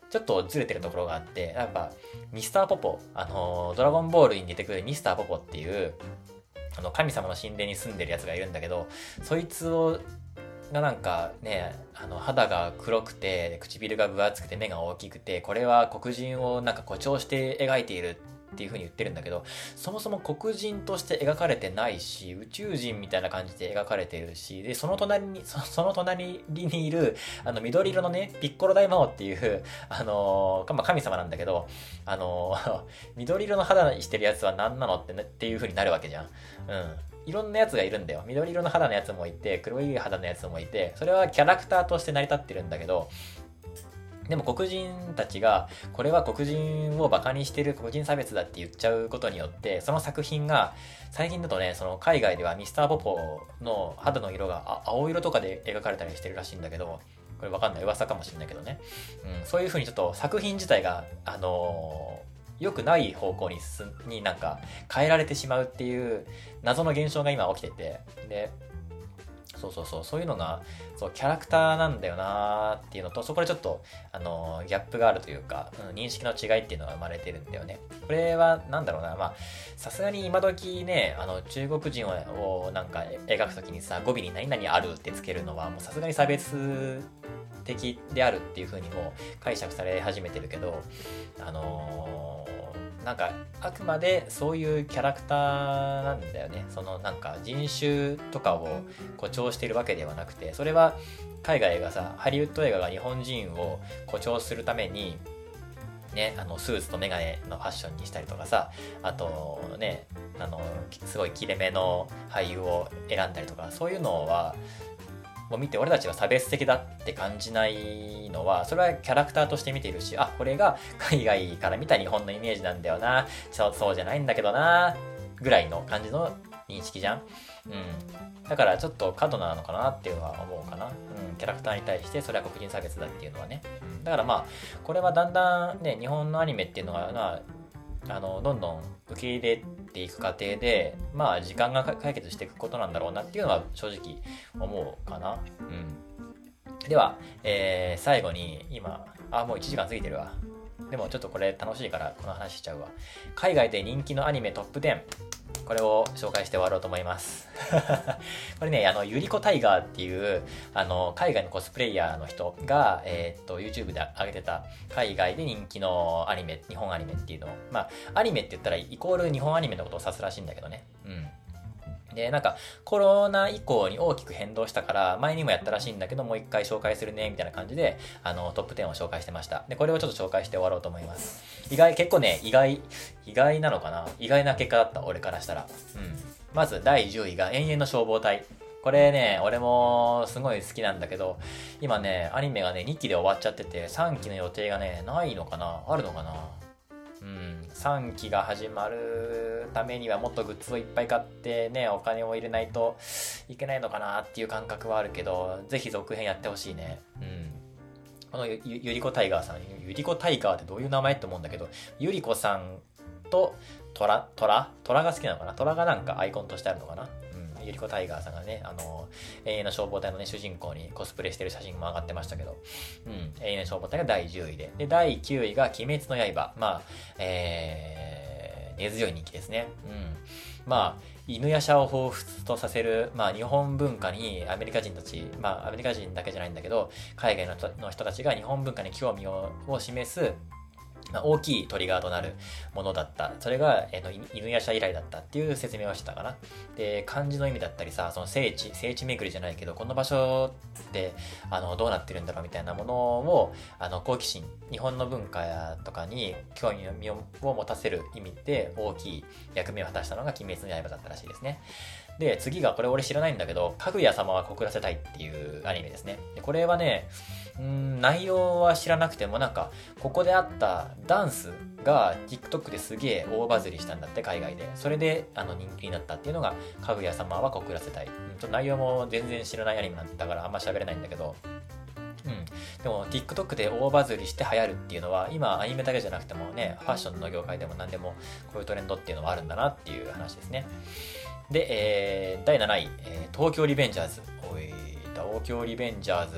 ちょっとずれてるところがあって、やっぱミスターポポ、あのドラゴンボールに出てくるミスターポポっていうあの神様の神殿に住んでるやつがいるんだけど、そいつをがなんかね、あの肌が黒くて唇が分厚くて目が大きくて、これは黒人をなんか誇張して描いているっていう風に言ってるんだけど、そもそも黒人として描かれてないし、宇宙人みたいな感じで描かれてるし、でその隣に そ, その隣にいるあの緑色のねピッコロ大魔王っていうあのーまあ、神様なんだけど、あのー、緑色の肌にしてるやつは何なのって、ね、っていう風になるわけじゃん。うん。いろんなやつがいるんだよ。緑色の肌のやつもいて、黒い肌のやつもいて、それはキャラクターとして成り立ってるんだけど、でも黒人たちがこれは黒人をバカにしてる、黒人差別だって言っちゃうことによって、その作品が最近だとね、その海外ではミスターポポの肌の色が青色とかで描かれたりしてるらしいんだけど、これわかんない噂かもしれないけどね、うん、そういう風にちょっと作品自体があのー、良くない方向にすになんか変えられてしまうっていう謎の現象が今起きてて、でそうそうそう、そういうのがそうキャラクターなんだよなーっていうのと、そこでちょっとあのー、ギャップがあるというか、うん、認識の違いっていうのが生まれてるんだよね。これはなんだろうな、まあさすがに今時ね、あの中国人をなんか描くときにさ、語尾に何々あるってつけるのはもうさすがに差別的であるっていう風にも解釈され始めてるけど、あのーなんかあくまでそういうキャラクターなんだよね。そのなんか人種とかを誇張しているわけではなくて、それは海外がさ、ハリウッド映画が日本人を誇張するためにね、あのスーツとメガネのファッションにしたりとかさ、あとね、あのすごい切れ目の俳優を選んだりとか、そういうのはもう見て俺たちが差別的だって感じないのは、それはキャラクターとして見ているし、あ、これが海外から見た日本のイメージなんだよな、そうそうじゃないんだけどなぐらいの感じの認識じゃん。うん。だからちょっと過度なのかなっていうのは思うかな。うん。キャラクターに対してそれは黒人差別だっていうのはね。うん。だからまあこれはだんだんね、日本のアニメっていうのがまああのどんどん受け入れていく過程で、まあ時間が解決していくことなんだろうなっていうのは正直思うかな。うん。では、えー、最後に今、あ、もういちじかん過ぎてるわ。でもちょっとこれ楽しいからこの話しちゃうわ。海外で人気のアニメトップじゅう。これを紹介して終わろうと思います。これね、あの、ゆりこタイガーっていう、あの、海外のコスプレイヤーの人が、えー、っと、YouTube で上げてた、海外で人気のアニメ、日本アニメっていうのを、まあ、アニメって言ったらイコール日本アニメのことを指すらしいんだけどね。うん。で、なんか、コロナ以降に大きく変動したから、前にもやったらしいんだけど、もう一回紹介するね、みたいな感じで、あの、トップじゅうを紹介してました。で、これをちょっと紹介して終わろうと思います。意外、結構ね、意外、意外なのかな？意外な結果だった、俺からしたら。うん。まず、だいじゅういが、永遠の消防隊。これね、俺もすごい好きなんだけど、今ね、アニメがね、にきで終わっちゃってて、さんきの予定がね、ないのかな？あるのかな？うん、さんきが始まるためにはもっとグッズをいっぱい買ってね、お金を入れないといけないのかなっていう感覚はあるけど、ぜひ続編やってほしいね。うん。このゆ, ゆりこタイガーさん、ゆりこタイガーってどういう名前って思うんだけど、ゆりこさんとトラ、トラトラが好きなのかな？トラがなんかアイコンとしてあるのかな？ゆりこタイガーさんがね、あの、永遠の消防隊のね、主人公にコスプレしてる写真も上がってましたけど、うん、永遠の消防隊がだいじゅういで、で、だいきゅういが鬼滅の刃。まあ、えー、根強い人気ですね。うん。まあ、犬夜叉を彷彿とさせる、まあ、日本文化にアメリカ人たち、まあ、アメリカ人だけじゃないんだけど、海外の人たちが日本文化に興味を、を示す、大きいトリガーとなるものだった。それが、えー、の犬夜叉以来だったっていう説明をしてたかな。で、漢字の意味だったりさ、その聖地、聖地巡りじゃないけど、この場所ってあのどうなってるんだろうみたいなものを、あの好奇心、日本の文化とかに興味を持たせる意味で大きい役目を果たしたのが鬼滅の刃だったらしいですね。で、次がこれ俺知らないんだけど、かぐや様は告らせたいっていうアニメですね。でこれはね、うーん内容は知らなくてもなんかここであったダンスが TikTok ですげえ大バズりしたんだって、海外で。それであの人気になったっていうのがかぐや様は告らせたい。うん、と内容も全然知らないアニメなんだからあんま喋れないんだけど、うん、でも TikTok で大バズりして流行るっていうのは今アニメだけじゃなくてもね、ファッションの業界でも何でもこういうトレンドっていうのはあるんだなっていう話ですね。で、えー、だいなない、えー、東京リベンジャーズ。おい、東京リベンジャーズ。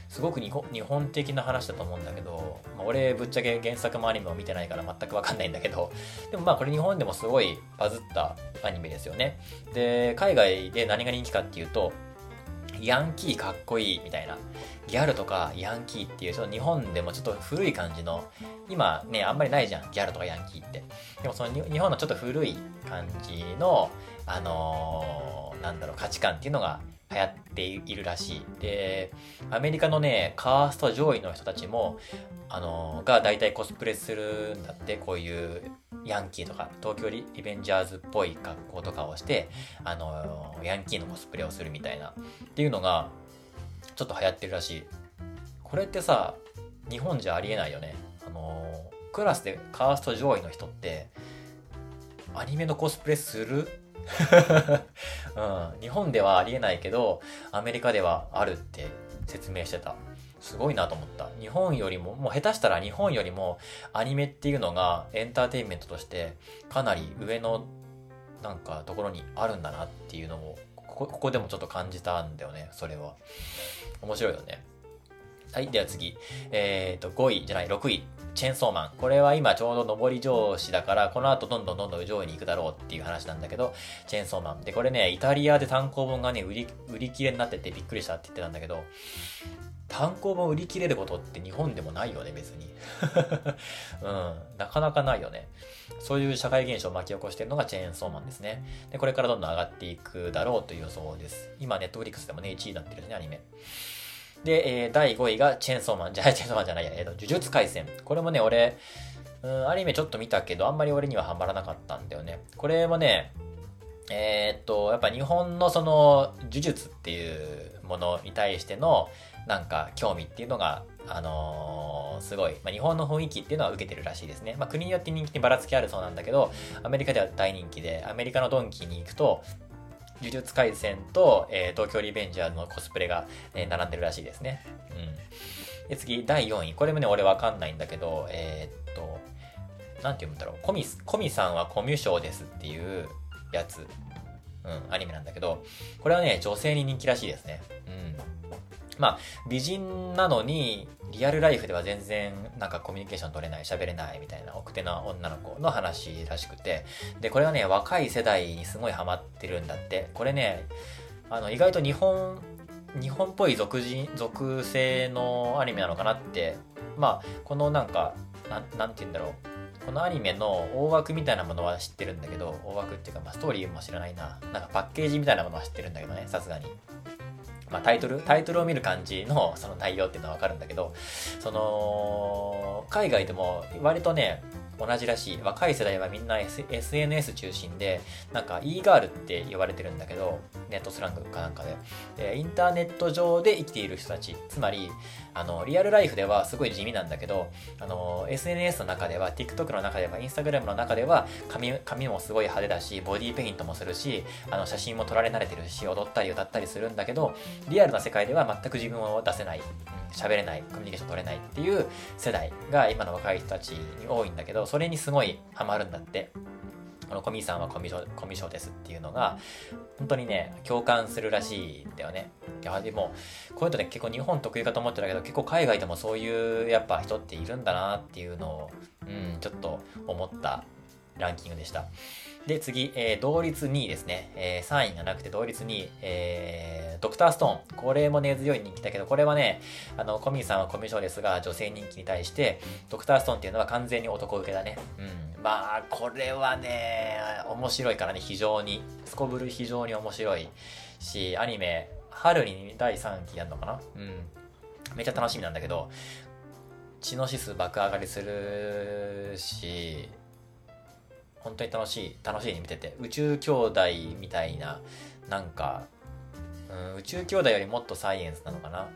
すごく日本日本的な話だと思うんだけど、まあ、俺ぶっちゃけ原作もアニメも見てないから全く分かんないんだけど、でもまあこれ日本でもすごいバズったアニメですよね。で海外で何が人気かっていうと、ヤンキーかっこいいみたいな、ギャルとかヤンキーっていうちょっと日本でもちょっと古い感じの、今ねあんまりないじゃんギャルとかヤンキーって。でもその日本のちょっと古い感じのあのー、なんだろう価値観っていうのが流行っているらしい。でアメリカのねカースト上位の人たちもあのー、が大体コスプレするんだって。こういうヤンキーとか東京リベンジャーズっぽい格好とかをしてあのー、ヤンキーのコスプレをするみたいなっていうのがちょっと流行ってるらしい。これってさ日本じゃありえないよね。あのー、クラスでカースト上位の人ってアニメのコスプレするうん、日本ではありえないけどアメリカではあるって説明してた。すごいなと思った。日本よりももう下手したら日本よりもアニメっていうのがエンターテインメントとしてかなり上のなんかところにあるんだなっていうのをここ、ここでもちょっと感じたんだよね。それは面白いよね。はい、では次。えっと、ごいじゃない、ろくい。チェーンソーマン。これは今ちょうど上り調子だから、この後どんどんどんどん上位に行くだろうっていう話なんだけど、チェーンソーマン。で、これね、イタリアで単行本がね、売り、売り切れになっててびっくりしたって言ってたんだけど、単行本売り切れることって日本でもないよね、別に。うん、なかなかないよね。そういう社会現象を巻き起こしているのがチェーンソーマンですね。で、これからどんどん上がっていくだろうという予想です。今、ネットフリックスでもね、いちいになってるね、アニメ。で、えー、だいごいがチェーンソーマン。じゃあ、チェーンソーマンじゃないや、えーと、呪術廻戦。これもね、俺、うん、アニメちょっと見たけど、あんまり俺にはハマらなかったんだよね。これもね、えー、っと、やっぱ日本のその、呪術っていうものに対しての、なんか、興味っていうのが、あのー、すごい、まあ、日本の雰囲気っていうのは受けてるらしいですね。まあ、国によって人気にばらつきあるそうなんだけど、アメリカでは大人気で、アメリカのドンキに行くと、呪術廻戦と、えー、東京リベンジャーズのコスプレが、えー、並んでるらしいですね。うん。で、次、だいよんい。これもね、俺わかんないんだけど、えー、っと、なんて読むんだろう。コミ、コミさんはコミュ障ですっていうやつ。うん、アニメなんだけど、これはね、女性に人気らしいですね。うん。まあ、美人なのに、リアルライフでは全然なんかコミュニケーション取れない、喋れないみたいな奥手な女の子の話らしくて、で、これはね、若い世代にすごいハマってるんだって。これね、あの、意外と日本、日本っぽい属人、属性のアニメなのかなって、まあ、このなんか、なん、なんて言うんだろう。このアニメの大枠みたいなものは知ってるんだけど、大枠っていうか、まあ、ストーリーも知らないな。なんかパッケージみたいなものは知ってるんだけどね、さすがに。まあ、タイトルタイトルを見る感じのその内容っていうのはわかるんだけど、その海外でも割とね同じらしい。若い世代はみんな エスエヌエス 中心で、なんか e ガールって呼ばれてるんだけど、ネットスラングかなんかで、でインターネット上で生きている人たち、つまりあのリアルライフではすごい地味なんだけど、あの エスエヌエス の中では TikTok の中では Instagram の中では髪髪もすごい派手だし、ボディーペイントもするし、あの写真も撮られ慣れてるし、踊ったり歌ったりするんだけど、リアルな世界では全く自分を出せない、喋れない、コミュニケーション取れないっていう世代が今の若い人たちに多いんだけど、それにすごいハマるんだって。このコミさんはコミュ障、コミュ障ですっていうのが本当にね共感するらしいんだよね。いやでもこういうのね結構日本特有かと思ってたけど、結構海外でもそういうやっぱ人っているんだなっていうのを、うん、ちょっと思ったランキングでした。で次、えー、同率にいですね、えー、さんいがなくて同率にい、えー、ドクターストーン。これも根強い人気だけど、これはねあのコミさんはコミュ障ですが女性人気に対して、ドクターストーンっていうのは完全に男受けだね。うん、まあこれはね面白いからね、非常にすこぶる非常に面白いし、アニメ春にだいさんきやるのかな。うん、めっちゃ楽しみなんだけど、知能指数爆上がりするし、本当に楽しい楽しいに見てて、宇宙兄弟みたいな、なんか、うん、宇宙兄弟よりもっとサイエンスなのかな。うん、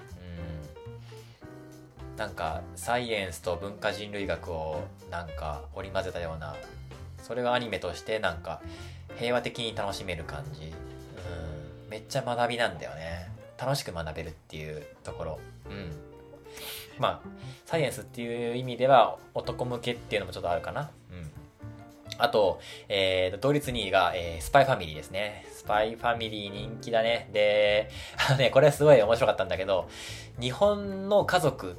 なんかサイエンスと文化人類学をなんか織り交ぜたような、それがアニメとしてなんか平和的に楽しめる感じ。うん、めっちゃ学びなんだよね。楽しく学べるっていうところ。うん、まあサイエンスっていう意味では男向けっていうのもちょっとあるかな。うん、 あと、えー、同率にいが、えー、スパイファミリーですね。スパイファミリー人気だね。で、あのね、これすごい面白かったんだけど、日本の家族って、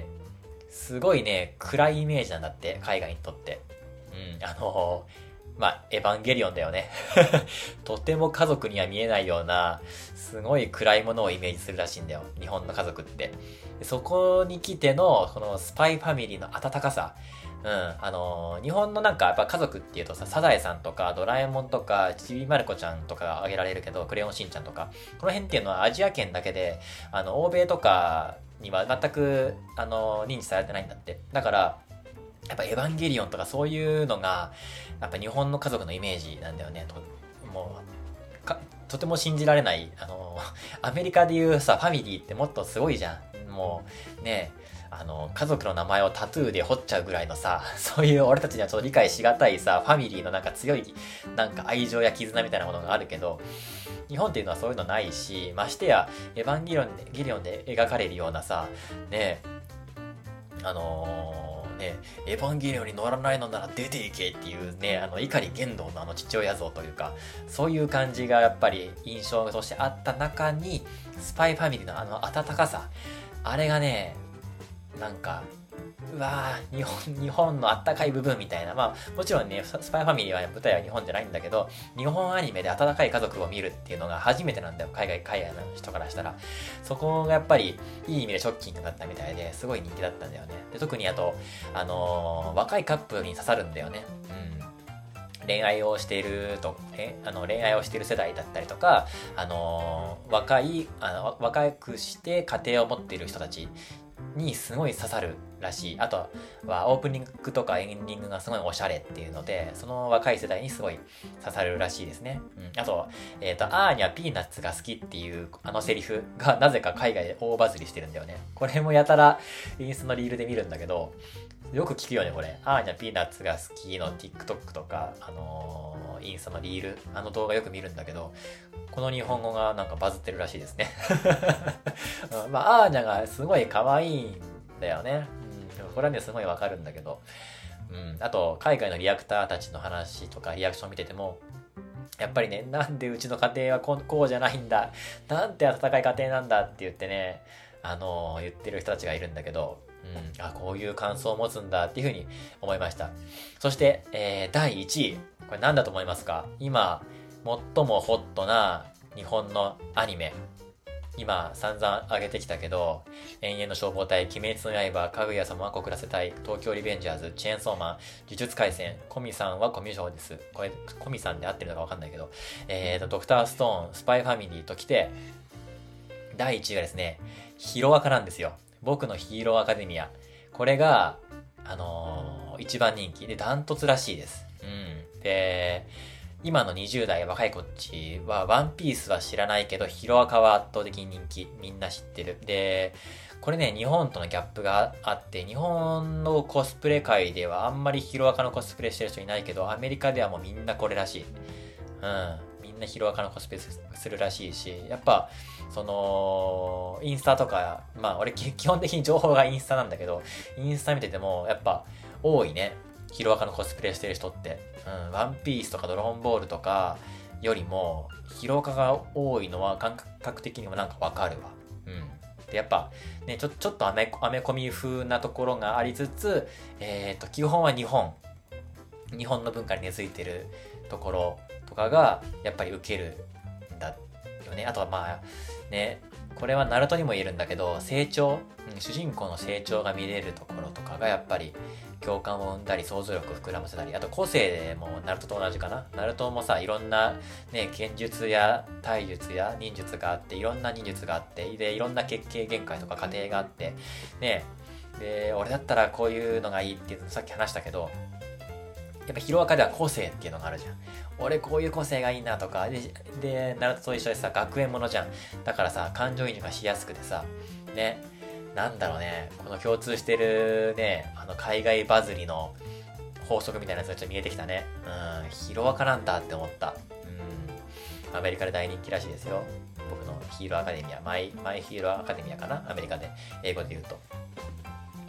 すごいね、暗いイメージなんだって、海外にとって。うん、あのー、まあ、エヴァンゲリオンだよね。とても家族には見えないような、すごい暗いものをイメージするらしいんだよ。日本の家族って。そこに来ての、このスパイファミリーの温かさ。うん、あのー、日本のなんかやっぱ家族っていうとさ、サザエさんとかドラえもんとかちびまる子ちゃんとかが挙げられるけど、クレヨンしんちゃんとか、この辺っていうのはアジア圏だけで、あの、欧米とかには全く、あの、認知されてないんだって。だから、やっぱエヴァンゲリオンとかそういうのが、やっぱ日本の家族のイメージなんだよね。ともうか、とても信じられない。あの、アメリカでいうさ、ファミリーってもっとすごいじゃん。もう、ねあの、家族の名前をタトゥーで彫っちゃうぐらいのさ、そういう俺たちにはちょっと理解しがたいさ、ファミリーのなんか強い、なんか愛情や絆みたいなものがあるけど、日本っていうのはそういうのないし、ましてや、エヴァンゲリオンで、ゲリオンで描かれるようなさ、ねあのー、ね、エヴァンゲリオンに乗らないのなら出ていけっていうね、あの、碇玄道のあの父親像というか、そういう感じがやっぱり印象としてあった中に、スパイファミリーのあの温かさ、あれがね、なんか、うわぁ、日本、日本のあったかい部分みたいな。まあ、もちろんね、スパイファミリーは舞台は日本じゃないんだけど、日本アニメで温かい家族を見るっていうのが初めてなんだよ。海外、海外の人からしたら。そこがやっぱり、いい意味でショッキングだったみたいで、すごい人気だったんだよね。で特にあと、あのー、若いカップルに刺さるんだよね。うん。恋愛をしていると、え、あの、恋愛をしている世代だったりとか、あのー、若い、あの、若くして家庭を持っている人たち、にすごい刺さるらしい。あとはオープニングとかエンディングがすごいおしゃれっていうので、その若い世代にすごい刺さるらしいですね。うん、あと、えっと、アーニャピーナッツが好きっていうあのセリフがなぜか海外で大バズりしてるんだよね。これもやたらインスタのリールで見るんだけど、よく聞くよね、これ。アーニャピーナッツが好きの TikTok とか、あのー、インスタのリール、あの動画よく見るんだけど、この日本語がなんかバズってるらしいですね。まあ、アーニャがすごい可愛いんだよね。うん、これはね、すごいわかるんだけど。うん、あと、海外のリアクターたちの話とかリアクション見てても、やっぱりね、なんでうちの家庭はこう、こうじゃないんだ。なんて温かい家庭なんだって言ってね、あのー、言ってる人たちがいるんだけど、うん、あ、こういう感想を持つんだっていうふうに思いました。そして、えー、だいいちい。これ何だと思いますか？今、最もホットな日本のアニメ。今、散々上げてきたけど、永遠の消防隊、鬼滅の刃、かぐや様は告らせたい、東京リベンジャーズ、チェーンソーマン、呪術廻戦、コミさんはコミュ障です。これ、コミさんで合ってるのかわかんないけど、えーと、ドクターストーン、スパイファミリーときて、だいいちいがですね、ヒロアカなんですよ。僕のヒーローアカデミア。これが、あのー、一番人気でダントツらしいです。うん。で、今のにじゅう代若い子っちはワンピースは知らないけどヒロアカは圧倒的に人気。みんな知ってる。で、これね、日本とのギャップがあって、日本のコスプレ界ではあんまりヒロアカのコスプレしてる人いないけど、アメリカではもうみんなこれらしい。うん。みんなヒロアカのコスプレするらしいし、やっぱ、その、インスタとか、まあ俺基本的に情報がインスタなんだけど、インスタ見ててもやっぱ多いね。ヒロアカのコスプレしてる人って。うん、ワンピースとかドラゴンボールとかよりも、ヒロアカが多いのは感覚的にもなんかわかるわ。うん。で、やっぱ、ね、ちょ、ちょっとアメ、アメコミ風なところがありつつ、えっと、基本は日本。日本の文化に根付いてるところとかが、やっぱり受けるんだよね。あとはまあ、ね、これはナルトにも言えるんだけど、成長、うん、主人公の成長が見れるところとかがやっぱり共感を生んだり想像力を膨らませたり、あと個性でもナルトと同じかな。ナルトもさ、いろんなね、剣術や体術や忍術があって、いろんな忍術があって、で、いろんな結界限界とか過程があって、ね、で、俺だったらこういうのがいいっていうのさっき話したけど、やっぱヒロアカでは個性っていうのがあるじゃん。俺こういう個性がいいなとか、で、でナルトと一緒でさ、学園ものじゃん。だからさ、感情移入がしやすくてさ、ね、なんだろうね、この共通してるね、あの海外バズりの法則みたいなやつがちょっと見えてきたね。うん、ヒロアカなんだって思った。うん、アメリカで大人気らしいですよ。僕のヒーローアカデミア、マイ、マイヒーローアカデミアかな、アメリカで、英語で言うと。っ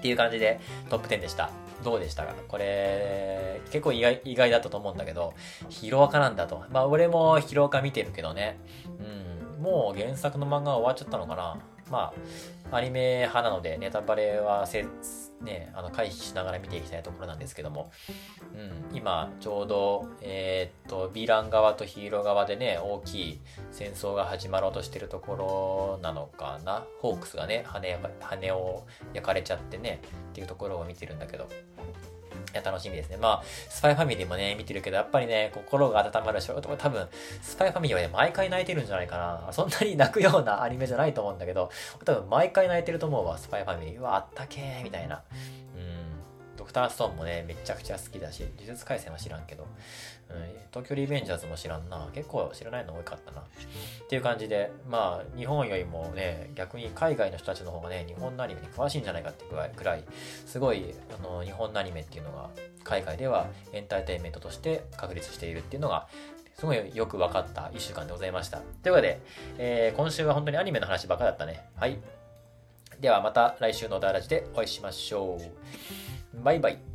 っていう感じでトップテンでした。どうでしたか？これ、結構意外、意外だったと思うんだけど、ヒロアカなんだと。まあ、俺もヒロアカ見てるけどね。うん、もう原作の漫画は終わっちゃったのかな。まあ、アニメ派なので、ネタバレはせ、ね、あの回避しながら見ていきたいところなんですけども、うん、今、ちょうど、えーっと、ヴィラン側とヒーロー側でね、大きい戦争が始まろうとしてるところなのかな。ホークスがね、羽、羽を焼かれちゃってね、っていうところを見てるんだけど、いや、楽しみですね。まあ、スパイファミリーもね、見てるけど、やっぱりね、心が温まるし、多分、スパイファミリーはね、毎回泣いてるんじゃないかな。そんなに泣くようなアニメじゃないと思うんだけど、多分、毎回泣いてると思うわ、スパイファミリー。うわ、あったけー、みたいな。うん。ドクターストーンもね、めちゃくちゃ好きだし、呪術廻戦は知らんけど、うん、東京リベンジャーズも知らんな。結構知らないの多かったな。っていう感じで、まあ、日本よりもね、逆に海外の人たちの方がね、日本のアニメに詳しいんじゃないかってくらい、すごい、あの、日本のアニメっていうのが、海外ではエンターテインメントとして確立しているっていうのが、すごいよく分かったいっしゅうかんでございました。ということで、えー、今週は本当にアニメの話ばっかだったね。はい。ではまた来週のダーラジでお会いしましょう。バイバイ。